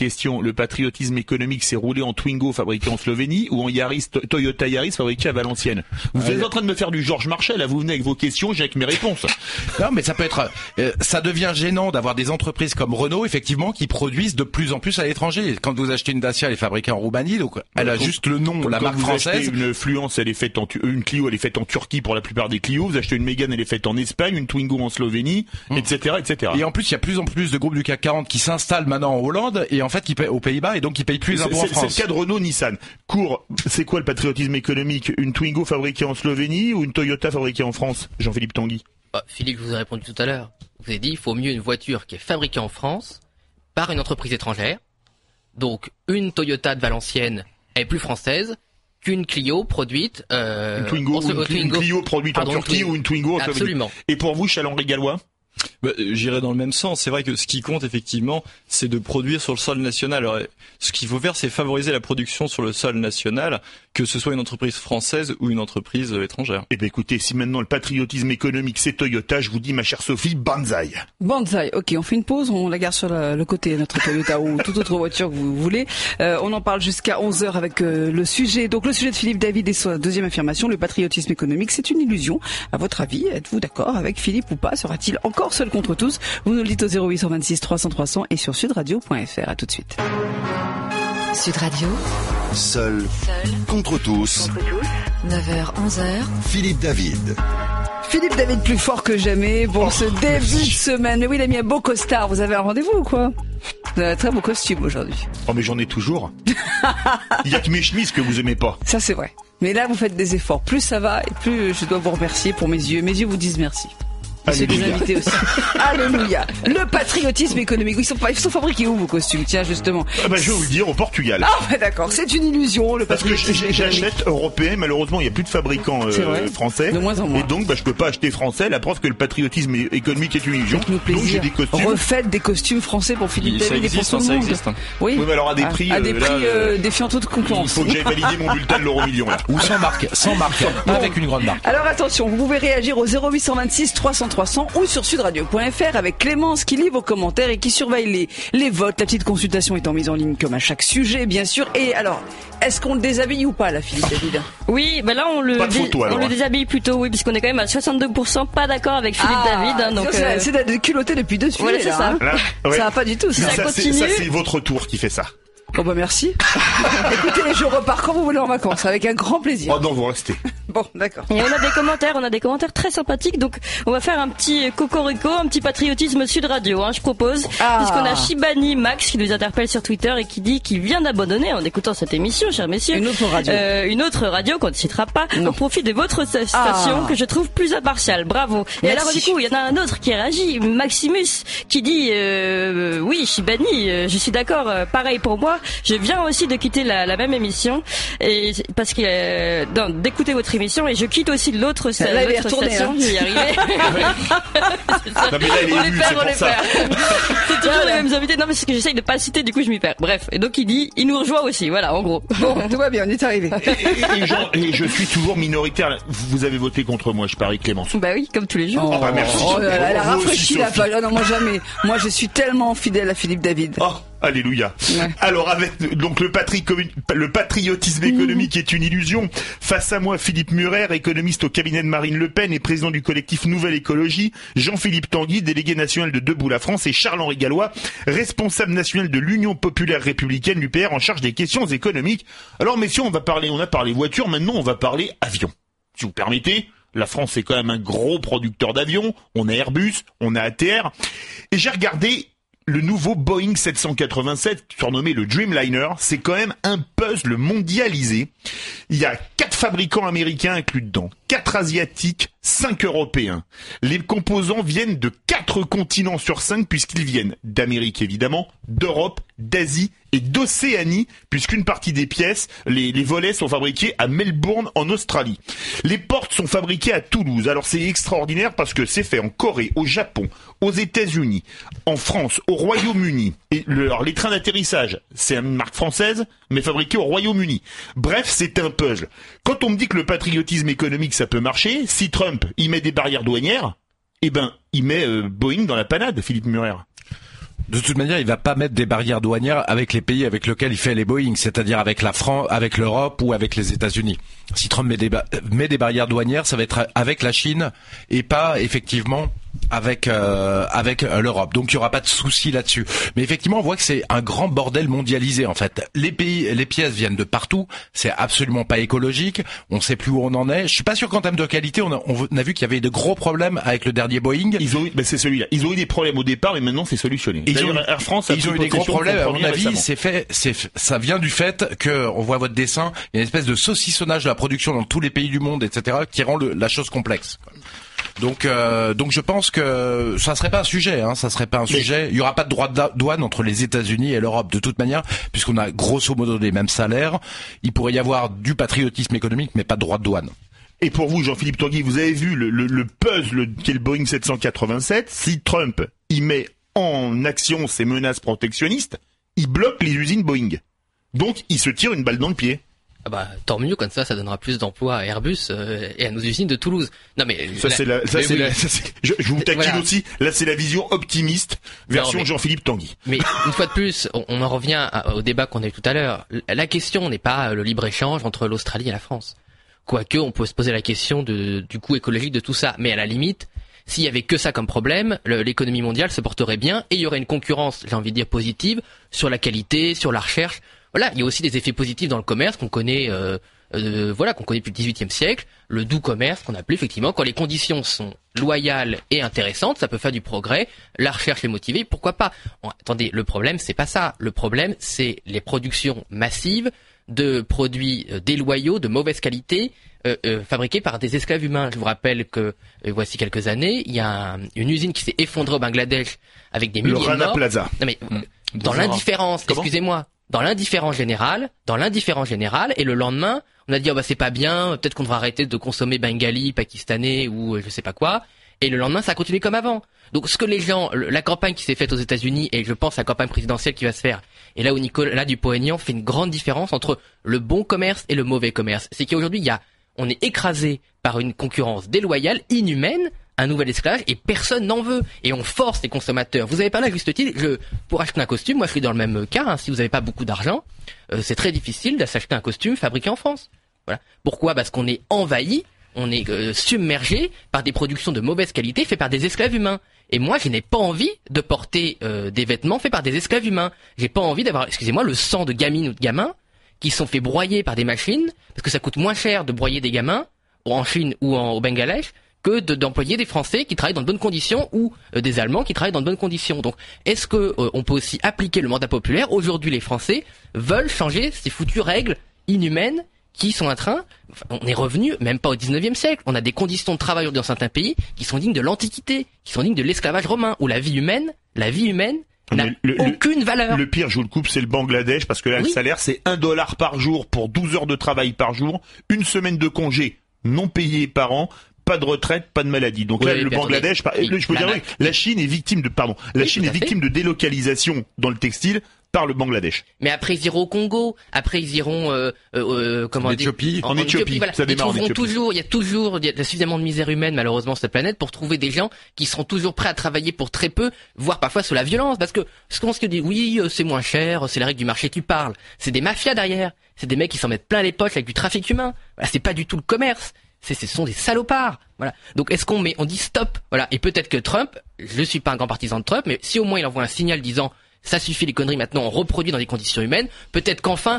question. Le patriotisme économique s'est roulé en Twingo fabriqué en Slovénie ou en Toyota Yaris fabriqué à Valenciennes? Vous êtes en train de me faire du Georges Marchais, là. Vous venez avec vos questions, j'ai avec mes réponses. Non, mais ça peut être, ça devient gênant d'avoir des entreprises comme Renault, effectivement, qui produisent de plus en plus à l'étranger. Quand vous achetez une Dacia, elle est fabriquée en Roumanie, donc elle a juste le nom, la marque française. Une Fluence, elle est faite une Clio, elle est faite en Turquie pour la plupart des Clio. Vous achetez une Mégane, elle est faite en Espagne, une Twingo en Slovénie, etc., etc. Et en plus, il y a plus en plus de groupes du CAC 40 qui s'installent maintenant en Hollande et en fait qui paient aux Pays-Bas et donc qui payent plus d'impôts en France. C'est le cas de Renault, Nissan. C'est quoi le patriotisme économique? Une Twingo fabriquée en Slovénie ou une Toyota fabriquée en France? Jean-Philippe Tanguy. Philippe, je vous ai répondu tout à l'heure. Je vous ai dit, il faut mieux une voiture qui est fabriquée en France par une entreprise étrangère. Donc, une Toyota de Valenciennes est plus française qu'une Clio produite, une Clio produite en Turquie ou une Twingo en Slovénie. Absolument. Et pour vous, Chaland-Henri Gallois? J'irais dans le même sens. C'est vrai que ce qui compte effectivement, c'est de produire sur le sol national. Alors, ce qu'il faut faire, c'est favoriser la production sur le sol national, que ce soit une entreprise française ou une entreprise étrangère. Eh bien écoutez, si maintenant le patriotisme économique c'est Toyota, je vous dis ma chère Sophie, banzai. Banzai, ok, on fait une pause, on la garde sur le côté, notre Toyota ou toute autre voiture que vous voulez. On en parle jusqu'à 11h avec le sujet. Donc le sujet de Philippe David et sa deuxième affirmation, le patriotisme économique, c'est une illusion. À votre avis, êtes-vous d'accord avec Philippe ou pas? Sera-t-il encore seul contre tous? Vous nous le dites au 0826 300 300 et sur sudradio.fr. À tout de suite. Sud Radio. Seul contre tous. 9h, 11h. Philippe David. Philippe David plus fort que jamais. Bon, ce début de semaine. Mais oui, il a mis un beau costard. Vous avez un rendez-vous ou quoi? Vous avez un très beau costume aujourd'hui. Oh, mais j'en ai toujours. Il y a que mes chemises que vous aimez pas. Ça, c'est vrai. Mais là, vous faites des efforts. Plus ça va et plus je dois vous remercier pour mes yeux. Mes yeux vous disent merci. C'est des invités aussi. Alléluia. Le patriotisme économique. Ils sont fabriqués où vos costumes? Tiens, justement. Je vais vous le dire, au Portugal. Ah ouais, d'accord. C'est une illusion, le patriotisme. Parce que j'achète européen. Malheureusement, il n'y a plus de fabricants français. De moins en moins. Et donc, je peux pas acheter français. La preuve que le patriotisme économique est une illusion. Donc, j'ai des costumes. Refaites des costumes français pour Philippe David et pour tout le monde. Ça existe. Oui. Mais alors à des prix, défiant toute concurrence. Il faut que j'aille valider mon bulletin de l'euro-million, là. Ou sans marque. Bon. Avec une grande marque. Alors attention, vous pouvez réagir au 0826 300 300 ou sur sudradio.fr avec Clémence qui lit vos commentaires et qui surveille les votes. La petite consultation est en mise en ligne comme à chaque sujet, bien sûr. Et alors, est-ce qu'on le déshabille ou pas, la Philippe David? Oui, là on le déshabille plutôt, oui, puisqu'on est quand même à 62% pas d'accord avec Philippe David. Hein, donc c'est de culotté depuis 2 sujets. Voilà, c'est ça. Ça va pas du tout. Ça continue. Ça c'est votre tour qui fait ça. Bon bah merci. Écoutez, je repars quand vous voulez en vacances, avec un grand plaisir. Oh non, vous restez. Bon, d'accord. Et on a des commentaires très sympathiques, donc on va faire un petit cocorico, un petit patriotisme Sud Radio, je propose. Puisqu'on a Shibani Max qui nous interpelle sur Twitter et qui dit qu'il vient d'abandonner en écoutant cette émission, chers messieurs. Une autre radio. Une autre radio qu'on ne citera pas, au profit de votre station que je trouve plus impartiale. Bravo. Et alors du coup, il y en a un autre qui réagit, Maximus, qui dit oui, Shibani, je suis d'accord, pareil pour moi. Je viens aussi de quitter la même émission et parce que d'écouter votre émission et je quitte aussi l'autre station. J'y arrivais. Non mais là il est élu, c'est pour ça. C'est toujours les mêmes invités. Non mais c'est que j'essaye de pas citer, du coup je m'y perds. Bref, et donc il nous rejoint aussi. Voilà, en gros. Bon, tout va bien, on est arrivé. Et je suis toujours minoritaire. Vous avez voté contre moi, je parie, Clémence. Bah oui, comme tous les jours. Oh bah merci. Elle a rafraîchi la page. Non, moi jamais. Moi je suis tellement fidèle à Philippe David. Oh. Alléluia. Ouais. Alors avec donc le patriotisme économique est une illusion. Face à moi, Philippe Murer, économiste au cabinet de Marine Le Pen et président du collectif Nouvelle Écologie, Jean-Philippe Tanguy, délégué national de Debout la France, et Charles-Henri Gallois, responsable national de l'Union populaire républicaine, l'UPR, en charge des questions économiques. Alors messieurs, on a parlé voiture, maintenant on va parler avion. Si vous permettez. La France est quand même un gros producteur d'avions. On a Airbus, on a ATR. Et j'ai regardé le nouveau Boeing 787, surnommé le Dreamliner. C'est quand même un puzzle mondialisé. Il y a 4 fabricants américains inclus dedans, 4 asiatiques, 5 européens. Les composants viennent de 4 continents sur 5 puisqu'ils viennent d'Amérique évidemment, d'Europe, d'Asie et d'Océanie, puisqu'une partie des pièces, les volets sont fabriqués à Melbourne en Australie. Les portes sont fabriquées à Toulouse. Alors c'est extraordinaire parce que c'est fait en Corée, au Japon, aux États-Unis, en France, au Royaume-Uni. Et les trains d'atterrissage, c'est une marque française, mais fabriquée au Royaume-Uni. Bref, c'est un puzzle. Quand on me dit que le patriotisme économique, ça peut marcher, si Trump, il met des barrières douanières, eh ben, il met Boeing dans la panade, Philippe Murer. De toute manière, il va pas mettre des barrières douanières avec les pays avec lesquels il fait les Boeing, c'est-à-dire avec la France, avec l'Europe ou avec les États-Unis. Si Trump met des barrières douanières, ça va être avec la Chine et pas effectivement avec l'Europe. Donc il y aura pas de souci là-dessus. Mais effectivement, on voit que c'est un grand bordel mondialisé en fait. Les pièces viennent de partout, c'est absolument pas écologique, on sait plus où on en est. Je suis pas sûr qu'en termes de qualité, on a vu qu'il y avait de gros problèmes avec le dernier Boeing. C'est celui-là. Ils ont eu des problèmes au départ, mais maintenant c'est solutionné. Air France a eu des gros problèmes. À mon avis, ça vient du fait que, on voit votre dessin, il y a une espèce de saucissonnage de la production dans tous les pays du monde, etc., qui rend la chose complexe. Donc je pense que ça serait pas un sujet, sujet. Il y aura pas de droit de douane entre les États-Unis et l'Europe de toute manière, puisqu'on a grosso modo les mêmes salaires. Il pourrait y avoir du patriotisme économique, mais pas de droit de douane. Et pour vous, Jean-Philippe Tanguy, vous avez vu le puzzle qu'est le Boeing 787. Si Trump y met en action ses menaces protectionnistes, il bloque les usines Boeing. Donc, il se tire une balle dans le pied. Ah bah tant mieux, comme ça donnera plus d'emplois à Airbus et à nos usines de Toulouse. Non mais je vous taquine aussi. Là c'est la vision optimiste version Jean-Philippe Tanguy. Mais une fois de plus, on en revient au débat qu'on a eu tout à l'heure. La question n'est pas le libre-échange entre l'Australie et la France. Quoique on peut se poser la question du coût écologique de tout ça, mais à la limite, s'il y avait que ça comme problème, l'économie mondiale se porterait bien et il y aurait une concurrence, j'ai envie de dire positive, sur la qualité, sur la recherche. Voilà, il y a aussi des effets positifs dans le commerce qu'on connaît, qu'on connaît depuis le XVIIIe siècle, le doux commerce qu'on appelle effectivement quand les conditions sont loyales et intéressantes, ça peut faire du progrès, la recherche est motivée, pourquoi pas. Attendez, le problème c'est pas ça, le problème c'est les productions massives de produits déloyaux, de mauvaise qualité, fabriqués par des esclaves humains. Je vous rappelle que voici quelques années, il y a une usine qui s'est effondrée au Bangladesh avec des milliers de morts. Le Rana Plaza. Non mais dans l'indifférence, excusez-moi. Dans l'indifférence générale, et le lendemain, on a dit c'est pas bien, peut-être qu'on devra arrêter de consommer bengali, pakistanais ou je sais pas quoi, et le lendemain ça a continué comme avant. Donc ce que les gens, la campagne qui s'est faite aux États-Unis et je pense la campagne présidentielle qui va se faire, et là où Nicolas Dupont-Aignan fait une grande différence entre le bon commerce et le mauvais commerce, c'est qu'aujourd'hui on est écrasé par une concurrence déloyale, inhumaine, un nouvel esclavage et personne n'en veut et on force les consommateurs. Vous avez parlé à juste titre, pour acheter un costume, moi je suis dans le même cas, si vous n'avez pas beaucoup d'argent, c'est très difficile d'acheter un costume fabriqué en France. Voilà. Pourquoi ? Parce qu'on est envahi, on est submergé par des productions de mauvaise qualité faites par des esclaves humains. Et moi je n'ai pas envie de porter des vêtements faits par des esclaves humains. J'ai pas envie d'avoir, le sang de gamines ou de gamins qui sont faits broyer par des machines, parce que ça coûte moins cher de broyer des gamins en Chine ou au Bangladesh que d'employer des Français qui travaillent dans de bonnes conditions ou des Allemands qui travaillent dans de bonnes conditions. Donc, est-ce que on peut aussi appliquer le mandat populaire ? Aujourd'hui, les Français veulent changer ces foutues règles inhumaines qui sont en train... on est revenu même pas au 19e siècle. On a des conditions de travail dans certains pays qui sont dignes de l'Antiquité, qui sont dignes de l'esclavage romain, où la vie humaine n'a aucune valeur. Le pire, je vous le coupe, c'est le Bangladesh, parce que là, le salaire, c'est $1 par jour pour 12 heures de travail par jour, une semaine de congé non payé par an, pas de retraite, pas de maladie. Donc là, le Bangladesh, je peux dire, la Chine est victime de délocalisation dans le textile par le Bangladesh. Mais après ils iront au Congo, après ils iront en Éthiopie, voilà. Ça démarre en Éthiopie. Il y a suffisamment de misère humaine malheureusement sur cette planète pour trouver des gens qui seront toujours prêts à travailler pour très peu, voire parfois sous la violence, parce que ce qu'on se dit, oui, c'est moins cher, c'est la règle du marché qui parle. C'est des mafias derrière, c'est des mecs qui s'en mettent plein les poches avec du trafic humain. Voilà, c'est pas du tout le commerce. Ce sont des salopards. Voilà. Donc est-ce on dit stop? Voilà. Et peut-être que Trump, je suis pas un grand partisan de Trump, mais si au moins il envoie un signal disant ça suffit les conneries, maintenant on reproduit dans des conditions humaines, peut-être qu'enfin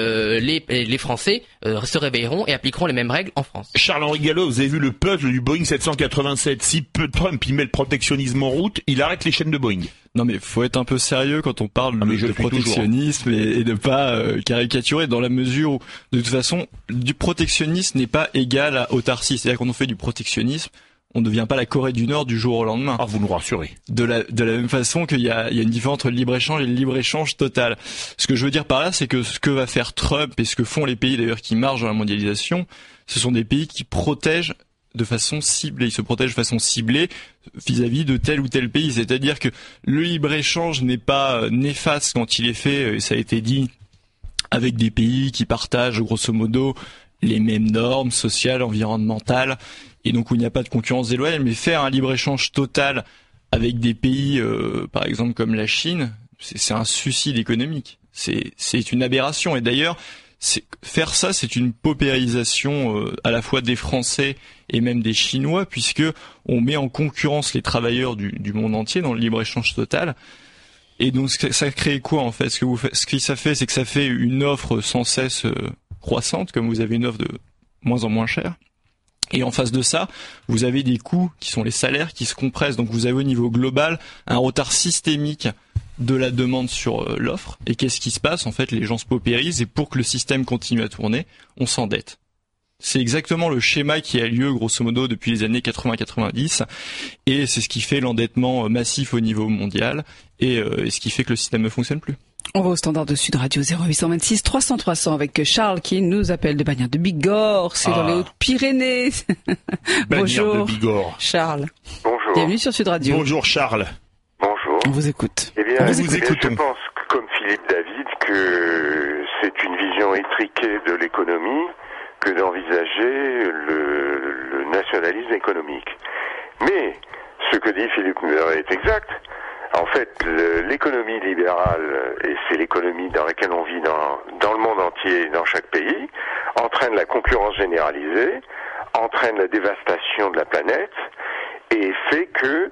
les Français se réveilleront et appliqueront les mêmes règles en France. Charles-Henri Gallo, vous avez vu le puzzle du Boeing 787. Si Trump y met le protectionnisme en route, il arrête les chaînes de Boeing. Non mais faut être un peu sérieux quand on parle de protectionnisme et de pas caricaturer, dans la mesure où de toute façon du protectionnisme n'est pas égal à autarcie. C'est-à-dire qu'on fait du protectionnisme, on ne devient pas la Corée du Nord du jour au lendemain. Ah, vous nous rassurez. De la même façon qu'il y a une différence entre le libre-échange et le libre-échange total. Ce que je veux dire par là, c'est que ce que va faire Trump et ce que font les pays d'ailleurs qui marchent dans la mondialisation, ce sont des pays qui protègent de façon ciblée. Ils se protègent de façon ciblée vis-à-vis de tel ou tel pays. C'est-à-dire que le libre-échange n'est pas néfaste quand il est fait, et ça a été dit, avec des pays qui partagent grosso modo les mêmes normes sociales, environnementales, et donc où il n'y a pas de concurrence déloyale, mais faire un libre-échange total avec des pays, par exemple comme la Chine, c'est un suicide économique. C'est une aberration. Et d'ailleurs, faire ça, c'est une paupérisation à la fois des Français et même des Chinois, puisque on met en concurrence les travailleurs du monde entier dans le libre-échange total. Et donc ça crée quoi en fait ? Ce que ça fait, c'est que ça fait une offre sans cesse croissante, comme vous avez une offre de moins en moins chère. Et en face de ça, vous avez des coûts qui sont les salaires qui se compressent. Donc vous avez au niveau global un retard systémique de la demande sur l'offre. Et qu'est-ce qui se passe ? En fait, les gens se paupérisent et pour que le système continue à tourner, on s'endette. C'est exactement le schéma qui a lieu grosso modo depuis les années 80-90 et c'est ce qui fait l'endettement massif au niveau mondial et ce qui fait que le système ne fonctionne plus. On va au standard de Sud Radio 0826 300 300 avec Charles qui nous appelle de Bagnères de Bigorre, c'est dans les Hautes-Pyrénées. Bonjour de Bigorre. Charles. Bonjour. Bienvenue sur Sud Radio. Bonjour Charles. Bonjour. On vous écoute. Eh bien, écoutons. Je pense, comme Philippe David, que c'est une vision étriquée de l'économie que d'envisager le nationalisme économique. Mais ce que dit Philippe Muller est exact. En fait, l'économie libérale, et c'est l'économie dans laquelle on vit dans le monde entier, dans chaque pays, entraîne la concurrence généralisée, entraîne la dévastation de la planète, et fait que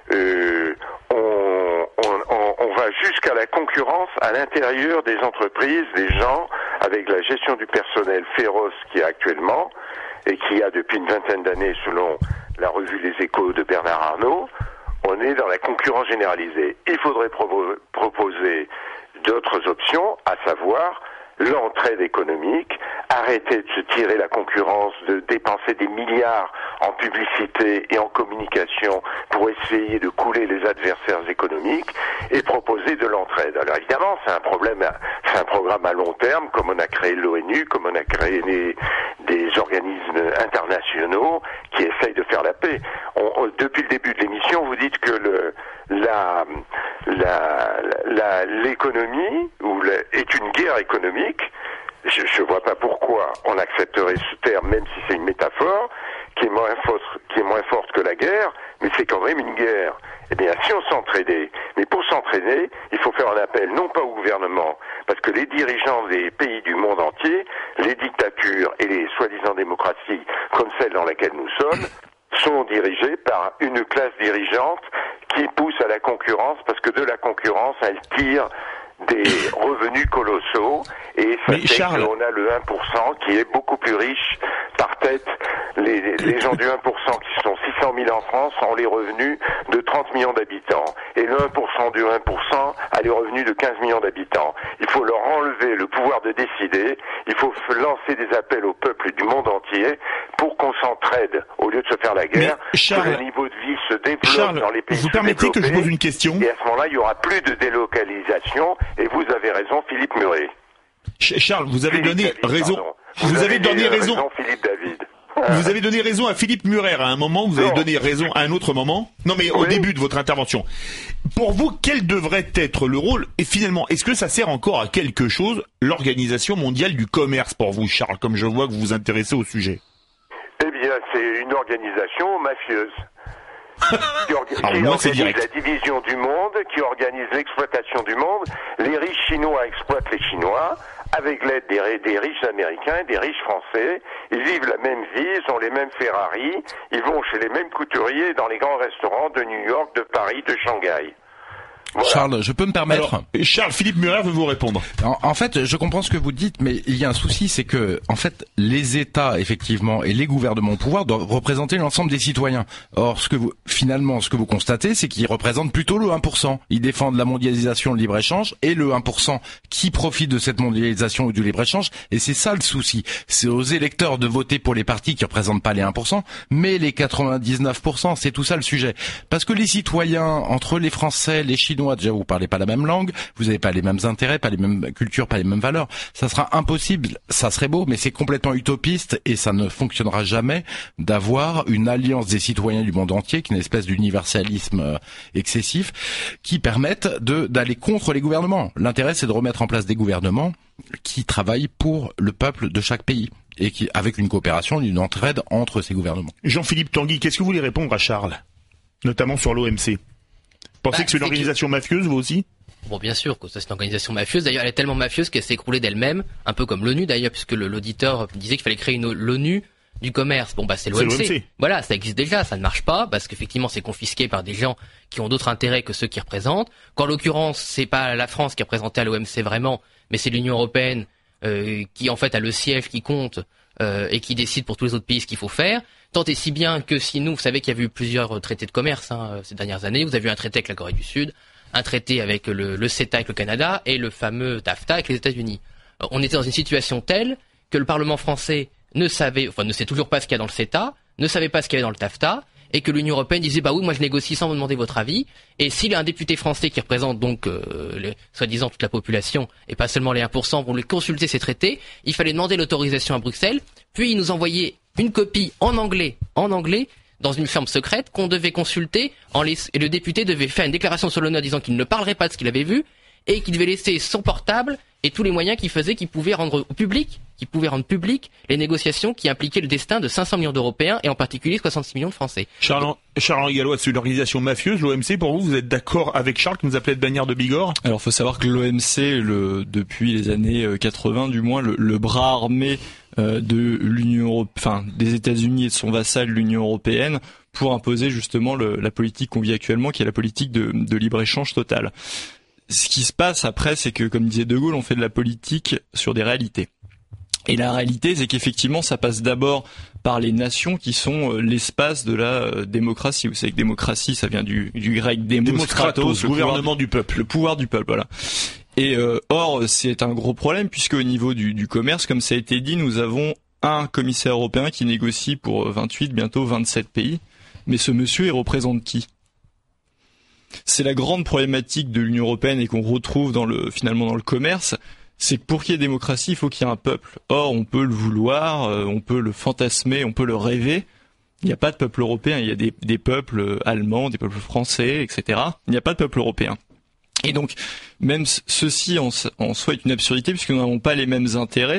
on va jusqu'à la concurrence à l'intérieur des entreprises, des gens, avec la gestion du personnel féroce qui est actuellement, et qui a depuis une vingtaine d'années, selon la revue Les Échos de Bernard Arnault. On est dans la concurrence généralisée. Il faudrait proposer d'autres options, à savoir l'entraide économique, arrêter de se tirer la concurrence, de dépenser des milliards en publicité et en communication pour essayer de couler les adversaires économiques et proposer de l'entraide. Alors évidemment, c'est un programme à long terme, comme on a créé l'ONU, comme on a créé des organismes internationaux qui essayent de faire la paix. Depuis le début de l'émission, vous dites que l'économie est une guerre économique. Je vois pas pourquoi on accepterait ce terme, même si c'est une métaphore, qui est moins forte que la guerre, mais c'est quand même une guerre. Eh bien, si on s'entraidait, mais pour s'entraîner, il faut faire un appel, non pas au gouvernement, parce que les dirigeants des pays du monde entier, les dictatures et les soi-disant démocraties, comme celle dans laquelle nous sommes, sont dirigés par une classe dirigeante qui pousse à la concurrence, parce que de la concurrence, elle tire des revenus colossaux, et ça fait qu'on a le 1% qui est beaucoup plus riche par tête. Les gens du 1% qui sont 600 000 en France ont les revenus de 30 millions d'habitants. Et le 1% du 1% a les revenus de 15 millions d'habitants. Il faut leur enlever le pouvoir de décider. Il faut lancer des appels au peuple du monde entier pour qu'on s'entraide au lieu de se faire la guerre. Charles, que le niveau de vie se développe dans les pays vous permettez que je pose une question ? Et à ce moment-là, il n'y aura plus de délocalisation. Et vous avez raison, Philippe Muret. Charles, vous avez donné raison. Vous avez donné raison, Philippe David. Vous avez donné raison à Philippe Murer à un moment, vous avez donné raison à un autre moment. Non mais au début de votre intervention. Pour vous, quel devrait être le rôle, et finalement, est-ce que ça sert encore à quelque chose, l'Organisation mondiale du commerce pour vous, Charles, comme je vois que vous vous intéressez au sujet ? Eh bien, c'est une organisation mafieuse. Qui organise la division du monde, qui organise l'exploitation du monde. Les riches chinois exploitent les Chinois avec l'aide des riches américains et des riches français. Ils vivent la même vie, ils ont les mêmes Ferrari, ils vont chez les mêmes couturiers dans les grands restaurants de New York, de Paris, de Shanghai. Voilà. Charles, je peux me permettre. Alors, Charles, Philippe Murer veut vous répondre. En fait, je comprends ce que vous dites, mais il y a un souci, c'est que, en fait, les États, effectivement, et les gouvernements au pouvoir doivent représenter l'ensemble des citoyens. Or, ce que vous constatez, c'est qu'ils représentent plutôt le 1%. Ils défendent la mondialisation, le libre-échange, et le 1% qui profite de cette mondialisation ou du libre-échange. Et c'est ça le souci. C'est aux électeurs de voter pour les partis qui représentent pas les 1%, mais les 99%. C'est tout ça le sujet. Parce que les citoyens, entre les Français, les Chinois, déjà vous parlez pas la même langue, vous n'avez pas les mêmes intérêts, pas les mêmes cultures, pas les mêmes valeurs. Ça sera impossible, ça serait beau, mais c'est complètement utopiste et ça ne fonctionnera jamais d'avoir une alliance des citoyens du monde entier, qui est une espèce d'universalisme excessif, qui permette d'aller contre les gouvernements. L'intérêt, c'est de remettre en place des gouvernements qui travaillent pour le peuple de chaque pays et qui, avec une coopération, une entraide entre ces gouvernements. Jean-Philippe Tanguy, qu'est-ce que vous voulez répondre à Charles, notamment sur l'OMC ? Pensez que c'est une organisation mafieuse, vous aussi? Bon, bien sûr que ça c'est une organisation mafieuse. D'ailleurs, elle est tellement mafieuse qu'elle s'est écroulée d'elle-même, un peu comme l'ONU d'ailleurs, puisque l'auditeur disait qu'il fallait créer l'ONU du commerce. Bon, bah c'est l'OMC. Voilà, ça existe déjà, ça ne marche pas parce qu'effectivement c'est confisqué par des gens qui ont d'autres intérêts que ceux qui représentent. Qu'en l'occurrence, c'est pas la France qui est représentée à l'OMC vraiment, mais c'est l'Union européenne qui en fait a le siège qui compte et qui décide pour tous les autres pays ce qu'il faut faire. Tant et si bien que si nous, vous savez qu'il y a eu plusieurs traités de commerce ces dernières années. Vous avez eu un traité avec la Corée du Sud, un traité avec le CETA avec le Canada et le fameux TAFTA avec les États-Unis. On était dans une situation telle que le Parlement français ne sait toujours pas ce qu'il y a dans le CETA, ne savait pas ce qu'il y avait dans le TAFTA, et que l'Union européenne disait bah oui, moi je négocie sans vous demander votre avis. Et s'il y a un député français qui représente donc soi-disant toute la population et pas seulement les 1%, vont lui consulter ces traités, il fallait demander l'autorisation à Bruxelles, puis il nous envoyait une copie en anglais dans une chambre secrète qu'on devait consulter et le député devait faire une déclaration sur l'honneur disant qu'il ne parlerait pas de ce qu'il avait vu et qu'il devait laisser son portable et tous les moyens qu'il pouvait rendre public les négociations qui impliquaient le destin de 500 millions d'Européens et en particulier 66 millions de Français. Charles-Henri Gallois, c'est une organisation mafieuse, l'OMC. Pour vous êtes d'accord avec Charles qui nous appelait de bannière de Bigorre? Alors, faut savoir que l'OMC, depuis les années 80 du moins, le bras armé de l'Union des États-Unis et de son vassal l'Union européenne pour imposer justement la politique qu'on vit actuellement, qui est la politique de libre-échange total. Ce qui se passe après, c'est que, comme disait De Gaulle, on fait de la politique sur des réalités. Et la réalité, c'est qu'effectivement, ça passe d'abord par les nations qui sont l'espace de la démocratie. Vous savez que démocratie, ça vient du grec demos kratos, le gouvernement du peuple. Le pouvoir du peuple, voilà. Et or, c'est un gros problème, puisque au niveau du commerce, comme ça a été dit, nous avons un commissaire européen qui négocie pour 28, bientôt 27 pays. Mais ce monsieur, il représente qui ? C'est la grande problématique de l'Union européenne et qu'on retrouve finalement dans le commerce, c'est que pour qu'il y ait démocratie, il faut qu'il y ait un peuple. Or, on peut le vouloir, on peut le fantasmer, on peut le rêver. Il n'y a pas de peuple européen, il y a des peuples allemands, des peuples français, etc. Il n'y a pas de peuple européen. Et donc, même ceci en soi est une absurdité puisque nous n'avons pas les mêmes intérêts.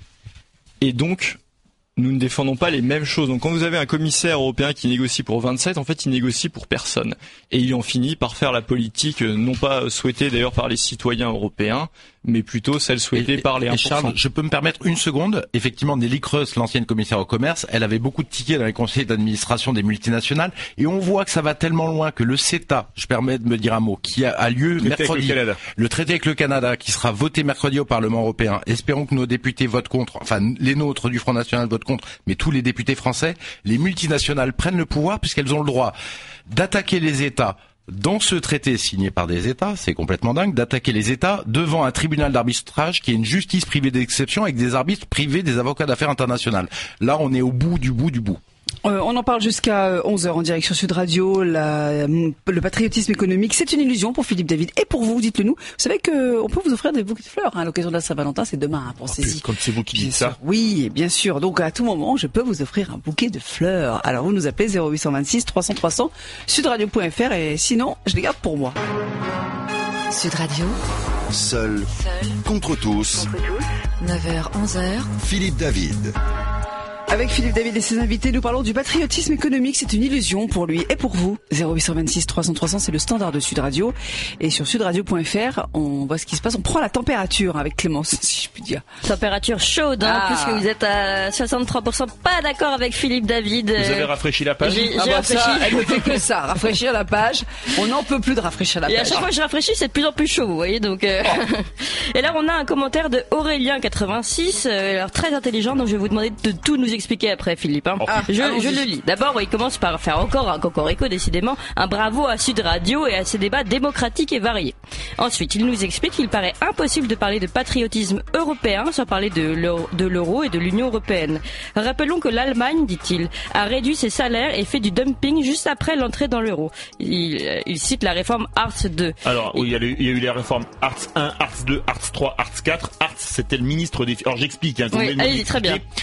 Et donc, nous ne défendons pas les mêmes choses. Donc quand vous avez un commissaire européen qui négocie pour 27, en fait il négocie pour personne. Et il en finit par faire la politique non pas souhaitée d'ailleurs par les citoyens européens, mais plutôt celle souhaitée par les 1%. Et Charles, je peux me permettre une seconde? Effectivement, Nelly Creus, l'ancienne commissaire au commerce, elle avait beaucoup de tickets dans les conseils d'administration des multinationales, et on voit que ça va tellement loin que le CETA, je permets de me dire un mot, qui a lieu mercredi, le traité avec le Canada, qui sera voté mercredi au Parlement européen. Espérons que nos députés votent contre, enfin les nôtres du Front National votent contre, mais tous les députés français. Les multinationales prennent le pouvoir puisqu'elles ont le droit d'attaquer les États dans ce traité signé par des États, c'est complètement dingue, d'attaquer les États devant un tribunal d'arbitrage qui est une justice privée d'exception avec des arbitres privés des avocats d'affaires internationales. Là, on est au bout du bout du bout. On en parle jusqu'à 11h en direct sur Sud Radio. Le patriotisme économique, c'est une illusion pour Philippe David et pour vous, dites-le nous. Vous savez qu'on peut vous offrir des bouquets de fleurs à l'occasion de la Saint-Valentin, c'est demain, pensez-y. Comme c'est vous qui dites ça. Oui, bien sûr. Donc à tout moment, je peux vous offrir un bouquet de fleurs. Alors vous nous appelez 0826 300 300, sudradio.fr et sinon, je les garde pour moi. Sud Radio. Seul contre tous. 9h, 11h. Philippe David. Avec Philippe David et ses invités, nous parlons du patriotisme économique. C'est une illusion pour lui et pour vous. 0826 300 300, c'est le standard de Sud Radio. Et sur sudradio.fr, on voit ce qui se passe. On prend la température avec Clémence, si je puis dire. Température chaude, puisque vous êtes à 63% pas d'accord avec Philippe David. Vous avez rafraîchi la page? J'ai rafraîchi. Ça, elle ne fait que ça, rafraîchir la page. On n'en peut plus de rafraîchir la page. Et à chaque fois que je rafraîchis, c'est de plus en plus chaud, vous voyez. Donc, Et là, on a un commentaire de Aurélien86, alors très intelligent, donc je vais vous demander de tout nous expliquer après, Philippe. Je le lis. D'abord, il commence par faire encore un cocorico, décidément, un bravo à Sud Radio et à ses débats démocratiques et variés. Ensuite, il nous explique qu'il paraît impossible de parler de patriotisme européen sans parler de l'euro et de l'Union européenne. Rappelons que l'Allemagne, dit-il, a réduit ses salaires et fait du dumping juste après l'entrée dans l'euro. Il cite la réforme Hartz II. Alors, oui, il y a eu les réformes Hartz 1, Hartz 2, Hartz 3, Hartz 4. Hartz, c'était le ministre des... Alors, j'explique. Oui, allez, très bien. Hartz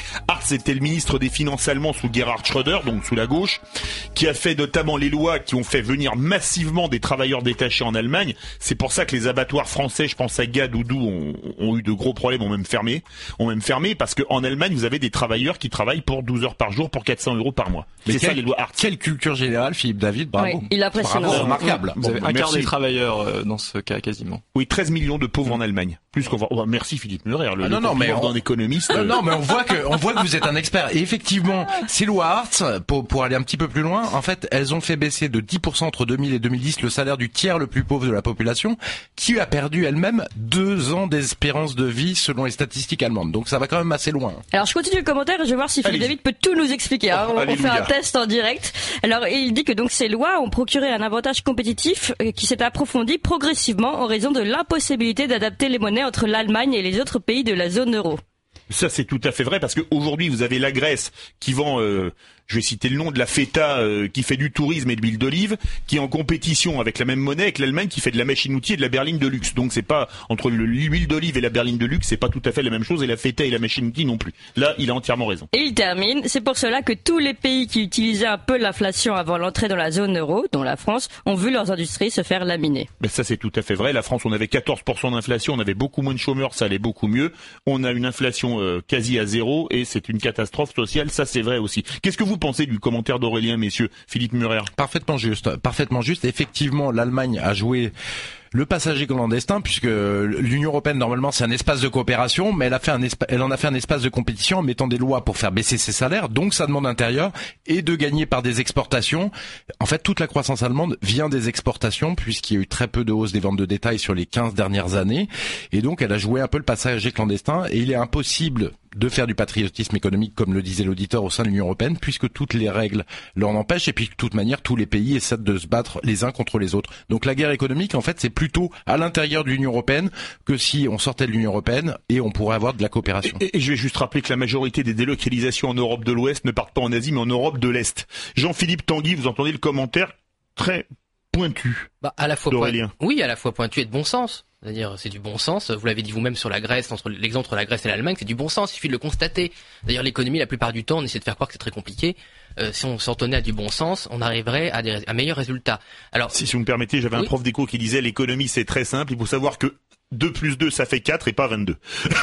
c'était le ministre des Finances allemand sous Gerhard Schröder, donc sous la gauche, qui a fait notamment les lois qui ont fait venir massivement des travailleurs détachés en Allemagne. C'est pour ça que les abattoirs français, je pense à Gad ou Doux, ont eu de gros problèmes, ont même fermé parce qu'en Allemagne, vous avez des travailleurs qui travaillent pour 12 heures par jour pour 400 € par mois. Mais c'est ça les lois Hartz. Quelle culture générale, Philippe David, bravo. Oui, il est impressionnant. Bravo, remarquable. Vous avez un quart des travailleurs dans ce cas, quasiment. Oui, 13 millions de pauvres en Allemagne. Plus qu'on va. Oh, merci Philippe Murer, le mais d'un économiste. Non, mais on voit que vous êtes un expert. Et effectivement, ces lois Hartz, pour aller un petit peu plus loin, en fait, elles ont fait baisser de 10% entre 2000 et 2010 le salaire du tiers le plus pauvre de la population, qui a perdu elle-même 2 ans d'espérance de vie selon les statistiques allemandes. Donc ça va quand même assez loin. Alors je continue le commentaire et je vais voir si Philippe David peut tout nous expliquer. On fait un test en direct. Alors il dit que donc ces lois ont procuré un avantage compétitif qui s'est approfondi progressivement en raison de l'impossibilité d'adapter les monnaies entre l'Allemagne et les autres pays de la zone euro. Ça, c'est tout à fait vrai, parce qu'aujourd'hui, vous avez la Grèce qui vend, je vais citer le nom, de la feta qui fait du tourisme et de l'huile d'olive, qui est en compétition avec la même monnaie avec l'Allemagne qui fait de la machine-outil et de la berline de luxe. Donc c'est pas, entre l'huile d'olive et la berline de luxe, c'est pas tout à fait la même chose, et la feta et la machine-outil non plus. Là, il a entièrement raison. Et il termine, c'est pour cela que tous les pays qui utilisaient un peu l'inflation avant l'entrée dans la zone euro, dont la France, ont vu leurs industries se faire laminer. Ben ça, c'est tout à fait vrai. La France, on avait 14% d'inflation, on avait beaucoup moins de chômeurs, ça allait beaucoup mieux. On a une inflation quasi à zéro, et c'est une catastrophe sociale, ça c'est vrai aussi. Qu'est-ce que vous pensez du commentaire d'Aurélien, messieurs? Philippe Murer. Parfaitement juste. Effectivement, l'Allemagne a joué le passager clandestin, puisque l'Union européenne, normalement, c'est un espace de coopération, mais elle en a fait un espace de compétition en mettant des lois pour faire baisser ses salaires, donc sa demande intérieure, et de gagner par des exportations. En fait, toute la croissance allemande vient des exportations, puisqu'il y a eu très peu de hausse des ventes de détail sur les 15 dernières années, et donc elle a joué un peu le passager clandestin, et il est impossible de faire du patriotisme économique, comme le disait l'auditeur, au sein de l'Union européenne, puisque toutes les règles l'en empêchent, et puis de toute manière, tous les pays essaient de se battre les uns contre les autres. Donc la guerre économique, en fait, c'est plutôt à l'intérieur de l'Union européenne que si on sortait de l'Union européenne, et on pourrait avoir de la coopération. Et je vais juste rappeler que la majorité des délocalisations en Europe de l'Ouest ne partent pas en Asie, mais en Europe de l'Est. Jean-Philippe Tanguy, vous entendez le commentaire très pointu à la fois d'Aurélien. Oui, à la fois pointu et de bon sens. C'est-à-dire, c'est du bon sens. Vous l'avez dit vous-même sur la Grèce, l'exemple entre la Grèce et l'Allemagne, c'est du bon sens. Il suffit de le constater. D'ailleurs, l'économie, la plupart du temps, on essaie de faire croire que c'est très compliqué. Si on s'en tenait à du bon sens, on arriverait à meilleurs résultats. Alors, si vous me permettez, j'avais un prof d'éco qui disait l'économie, c'est très simple. Il faut savoir que 2 plus 2, ça fait 4 et pas 22.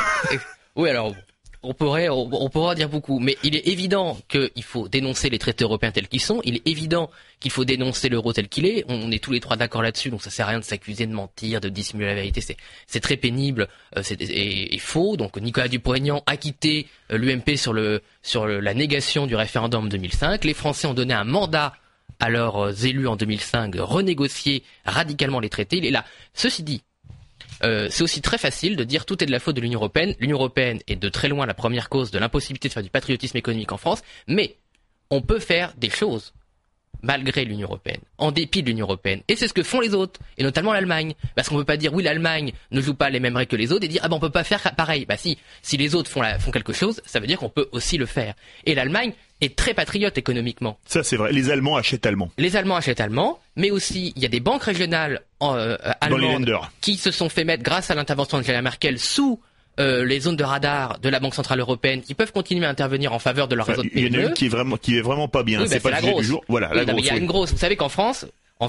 Oui, alors, on pourrait en dire beaucoup, mais il est évident qu'il faut dénoncer les traités européens tels qu'ils sont. Il est évident qu'il faut dénoncer l'euro tel qu'il est. On est tous les trois d'accord là-dessus, donc ça sert à rien de s'accuser de mentir, de dissimuler la vérité. C'est très pénible, et faux. Donc Nicolas Dupont-Aignan a quitté l'UMP sur la négation du référendum 2005. Les Français ont donné un mandat à leurs élus en 2005 de renégocier radicalement les traités. Il est là. Ceci dit, c'est aussi très facile de dire tout est de la faute de l'Union européenne. L'Union européenne est de très loin la première cause de l'impossibilité de faire du patriotisme économique en France, mais on peut faire des choses malgré l'Union européenne, en dépit de l'Union européenne. Et c'est ce que font les autres, et notamment l'Allemagne. Parce qu'on ne peut pas dire oui, l'Allemagne ne joue pas les mêmes règles que les autres et dire on peut pas faire pareil. Si les autres font quelque chose, ça veut dire qu'on peut aussi le faire. Et l'Allemagne est très patriote économiquement. Ça c'est vrai, les Allemands achètent allemand. Les Allemands achètent allemand, mais aussi il y a des banques régionales allemandes qui se sont fait mettre grâce à l'intervention d'Angela Merkel sous les zones de radar de la Banque Centrale Européenne qui peuvent continuer à intervenir en faveur de leur réseau de PME. Il y en a une qui est vraiment pas bien. Oui, c'est pas la le sujet grosse. du jour. Voilà, la grosse. Il y a une grosse. Vous savez qu'en France,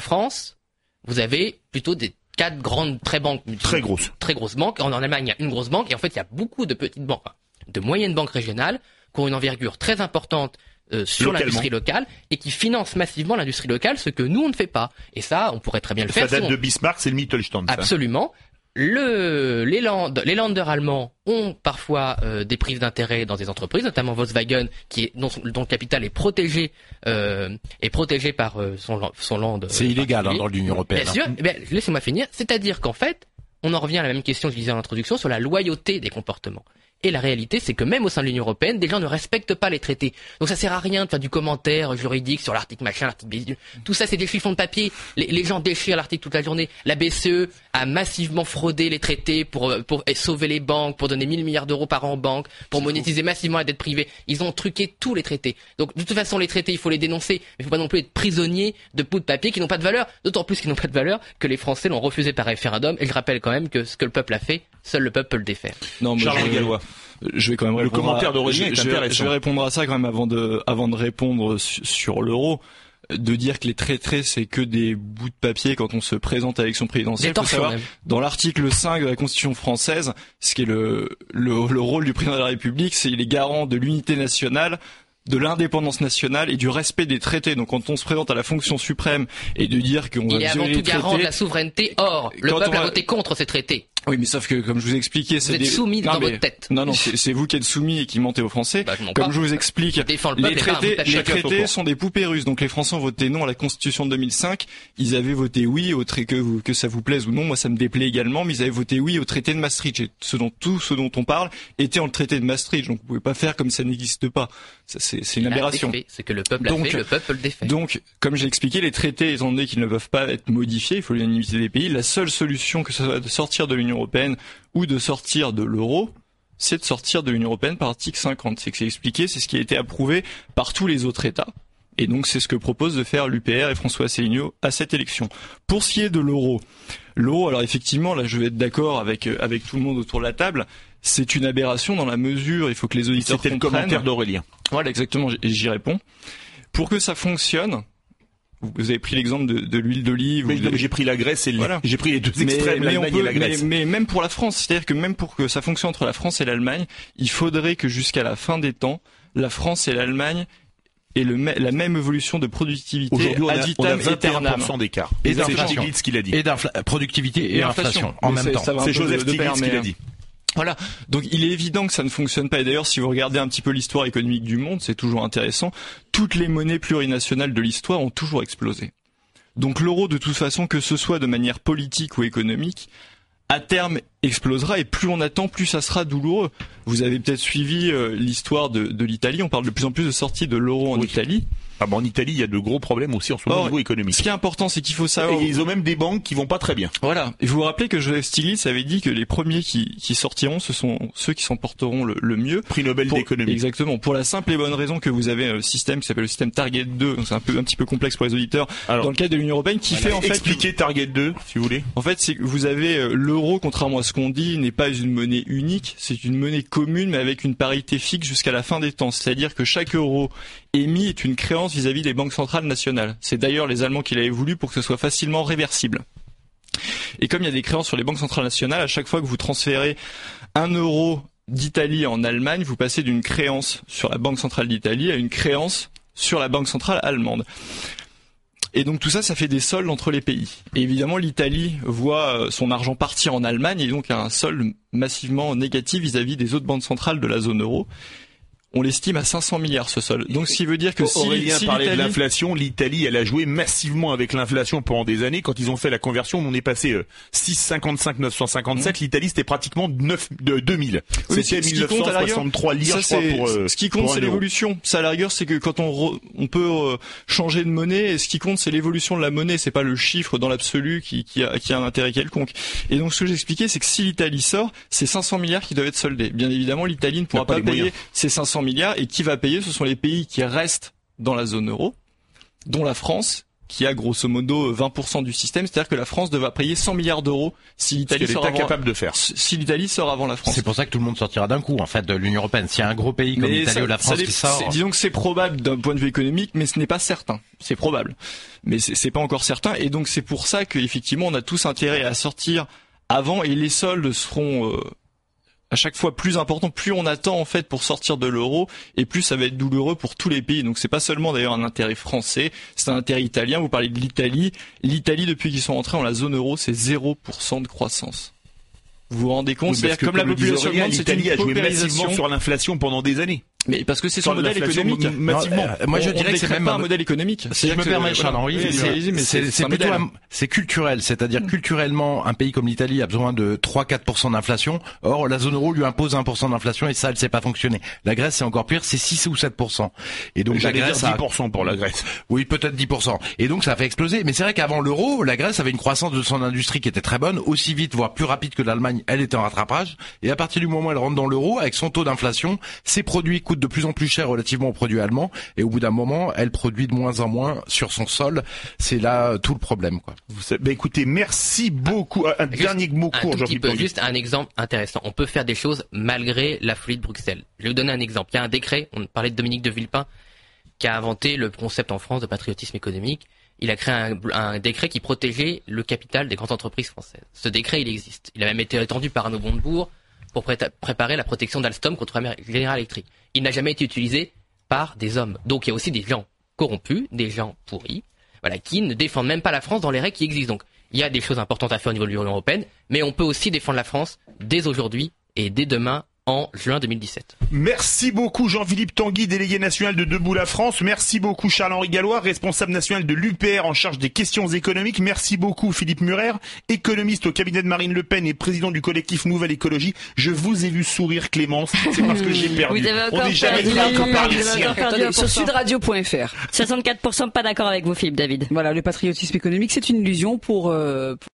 vous avez plutôt des 4 grandes, très grosses banques. En Allemagne, il y a une grosse banque, et en fait, il y a beaucoup de petites banques, de moyennes banques régionales, qui ont une envergure très importante sur l'industrie locale et qui financent massivement l'industrie locale, ce que nous on ne fait pas. Et ça, on pourrait très bien le faire. Ça date de Bismarck, c'est le Mittelstand. Absolument. Les Länder allemands ont parfois des prises d'intérêt dans des entreprises, notamment Volkswagen, dont le capital est protégé par son land. C'est illégal dans l'Union européenne. Bien sûr. Laissez-moi finir. C'est-à-dire qu'en fait, on en revient à la même question que je disais en introduction sur la loyauté des comportements. Et la réalité, c'est que même au sein de l'Union européenne, des gens ne respectent pas les traités. Donc ça sert à rien de faire du commentaire juridique sur l'article machin, l'article bidule. Tout ça, c'est des chiffons de papier. Les gens déchirent l'article toute la journée. La BCE a massivement fraudé les traités pour sauver les banques, pour donner 1000 milliards d'euros par an aux banques, pour monétiser massivement la dette privée. Ils ont truqué tous les traités. Donc de toute façon, les traités, il faut les dénoncer. Mais il ne faut pas non plus être prisonnier de bouts de papier qui n'ont pas de valeur. D'autant plus qu'ils n'ont pas de valeur que les Français l'ont refusé par référendum. Et je rappelle quand même que ce que le peuple a fait, Seul le peuple peut le défaire. Non, Charles Gallois. Je vais quand même répondre. Le commentaire d'Aurélien est intéressant. Je vais répondre à ça quand même avant de répondre sur l'euro. De dire que les traités c'est que des bouts de papier quand on se présente à l'élection présidentielle. Des torchons même. Dans l'article 5 de la Constitution française, ce qui est le rôle du président de la République, c'est il est garant de l'unité nationale, de l'indépendance nationale et du respect des traités. Donc quand on se présente à la fonction suprême et de dire qu'on va il est avant violer tout les traités, garant de la souveraineté. Or, le peuple a voté contre ces traités. Oui, mais sauf que, comme je vous expliquais, vous êtes soumis dans votre tête. Non, c'est vous qui êtes soumis et qui mentez aux Français. Comme je vous explique, les traités sont des poupées russes. Donc les Français ont voté non à la Constitution de 2005. Ils avaient voté oui au traité, que ça vous plaise ou non. Moi, ça me déplaît également, mais ils avaient voté oui au traité de Maastricht. Et tout ce dont on parle était dans le traité de Maastricht. Donc vous pouvez pas faire comme ça n'existe pas. Ça, c'est une aberration. C'est que le peuple a fait, le peuple le défait. Donc, comme j'ai expliqué, les traités, étant donné qu'ils ne peuvent pas être modifiés, il faut l'unanimité des pays. La seule solution, que ce soit de sortir de l'Union européenne ou de sortir de l'euro, c'est de sortir de l'Union européenne par article 50. C'est que c'est expliqué, c'est ce qui a été approuvé par tous les autres États. Et donc c'est ce que propose de faire l'UPR et François Asselineau à cette élection. Pour ce qui est de l'euro, alors effectivement, là je vais être d'accord avec tout le monde autour de la table, c'est une aberration dans la mesure, il faut que les auditeurs comprennent. C'était le commentaire d'Aurélien. Voilà, exactement, j'y réponds. Pour que ça fonctionne, vous avez pris l'exemple de l'huile d'olive. Mais j'ai pris la Grèce et j'ai pris les deux extrêmes, l'Allemagne et la Grèce. Mais même pour la France, c'est-à-dire que même pour que ça fonctionne entre la France et l'Allemagne, il faudrait que jusqu'à la fin des temps, la France et l'Allemagne aient la même évolution de productivité. Aujourd'hui, on a 21% d'écart. Et c'est Stiglitz qui l'a dit. Et productivité et inflation en même temps. C'est Joseph Stiglitz qui l'a dit. Voilà. Donc il est évident que ça ne fonctionne pas. Et d'ailleurs, si vous regardez un petit peu l'histoire économique du monde, c'est toujours intéressant. Toutes les monnaies plurinationales de l'histoire ont toujours explosé. Donc l'euro, de toute façon, que ce soit de manière politique ou économique, à terme explosera. Et plus on attend, plus ça sera douloureux. Vous avez peut-être suivi l'histoire de l'Italie. On parle de plus en plus de sortie de l'euro en Italie. Ah bon, en Italie, il y a de gros problèmes aussi en ce moment au niveau économique. Ce qui est important, c'est qu'il faut savoir. Et ils ont même des banques qui vont pas très bien. Voilà. Et vous vous rappelez que Joseph Stiglitz avait dit que les premiers qui sortiront, ce sont ceux qui s'en porteront le mieux. Prix Nobel d'économie. Exactement. Pour la simple et bonne raison que vous avez un système qui s'appelle le système Target 2. Donc c'est un petit peu complexe pour les auditeurs. Alors, dans le cadre de l'Union européenne, qui fait en fait. Expliquez Target 2, si vous voulez. En fait, c'est que vous avez l'euro, contrairement à ce qu'on dit, n'est pas une monnaie unique. C'est une monnaie commune, mais avec une parité fixe jusqu'à la fin des temps. C'est-à-dire que chaque euro émis est une créance vis-à-vis des banques centrales nationales. C'est d'ailleurs les Allemands qui l'avaient voulu pour que ce soit facilement réversible. Et comme il y a des créances sur les banques centrales nationales, à chaque fois que vous transférez 1 euro d'Italie en Allemagne, vous passez d'une créance sur la banque centrale d'Italie à une créance sur la banque centrale allemande. Et donc tout ça, ça fait des soldes entre les pays. Et évidemment, l'Italie voit son argent partir en Allemagne et donc a un solde massivement négatif vis-à-vis des autres banques centrales de la zone euro. On l'estime à 500 milliards ce solde. Donc ce qui veut dire que si parlait de l'inflation, l'Italie, elle a joué massivement avec l'inflation pendant des années. Quand ils ont fait la conversion, on est passé 6,55, 957. L'Italie, c'était pratiquement 2000. Oui, c'était 1963 lire, ça, je crois, pour ce qui compte, c'est l'évolution. Ça, à la rigueur, c'est que quand on peut changer de monnaie, et ce qui compte, c'est l'évolution de la monnaie. C'est pas le chiffre dans l'absolu qui a un intérêt quelconque. Et donc ce que j'expliquais, c'est que si l'Italie sort, c'est 500 milliards qui doivent être soldés. Bien évidemment, l'Italie ne pourra pas payer ces 500 milliards, et qui va payer, ce sont les pays qui restent dans la zone euro, dont la France, qui a grosso modo 20% du système, c'est-à-dire que la France devra payer 100 milliards d'euros si l'Italie sort avant la France. C'est pour ça que tout le monde sortira d'un coup, en fait, de l'Union européenne. S'il y a un gros pays comme l'Italie ou la France qui sort. Disons que c'est probable d'un point de vue économique, mais ce n'est pas certain. C'est probable. Mais c'est pas encore certain, et donc c'est pour ça qu'effectivement on a tous intérêt à sortir avant, et les soldes seront, à chaque fois plus important, plus on attend en fait pour sortir de l'euro, et plus ça va être douloureux pour tous les pays. Donc c'est pas seulement d'ailleurs un intérêt français, c'est un intérêt italien. Vous parlez de l'Italie. L'Italie, depuis qu'ils sont entrés dans la zone euro, c'est 0% de croissance. Vous vous rendez compte? C'est-à-dire comme la population augmente, l'Italie a joué massivement sur l'inflation pendant des années. Mais parce que c'est son modèle économique. Massivement. Moi je dirais que c'est même pas un modèle économique. Si je me permets, c'est culturel, c'est-à-dire culturellement, un pays comme l'Italie a besoin de 3-4% d'inflation. Or, la zone euro lui impose 1% d'inflation, et ça, elle sait pas fonctionner. La Grèce, c'est encore pire, c'est 6 ou 7%. Et donc la Grèce, 10% pour la Grèce. Oui, peut-être 10%. Et donc ça a fait exploser. Mais c'est vrai qu'avant l'euro, la Grèce avait une croissance de son industrie qui était très bonne, aussi vite, voire plus rapide que l'Allemagne. Elle était en rattrapage. Et à partir du moment où elle rentre dans l'euro, avec son taux d'inflation, ses produits coûte de plus en plus cher relativement aux produits allemands, et au bout d'un moment, elle produit de moins en moins sur son sol. C'est là tout le problème, quoi. Écoutez, merci beaucoup. Dernier mot court, juste un exemple intéressant. On peut faire des choses malgré la folie de Bruxelles. Je vais vous donner un exemple. Il y a un décret, on parlait de Dominique de Villepin, qui a inventé le concept en France de patriotisme économique. Il a créé un décret qui protégeait le capital des grandes entreprises françaises. Ce décret, il existe. Il a même été étendu par Arnaud Montebourg pour préparer la protection d'Alstom contre General Electric. Il n'a jamais été utilisé par des hommes. Donc il y a aussi des gens corrompus, des gens pourris, voilà, qui ne défendent même pas la France dans les règles qui existent. Donc il y a des choses importantes à faire au niveau de l'Union européenne, mais on peut aussi défendre la France dès aujourd'hui et dès demain, en juin 2017. Merci beaucoup Jean-Philippe Tanguy, délégué national de Debout la France. Merci beaucoup Charles-Henri Gallois, responsable national de l'UPR en charge des questions économiques. Merci beaucoup Philippe Murer, économiste au cabinet de Marine Le Pen et président du collectif Nouvelle Écologie. Je vous ai vu sourire Clémence, c'est parce que j'ai perdu. On n'est jamais perdu sur sudradio.fr. 64% pas d'accord avec vous Philippe David. Voilà, le patriotisme économique, c'est une illusion pour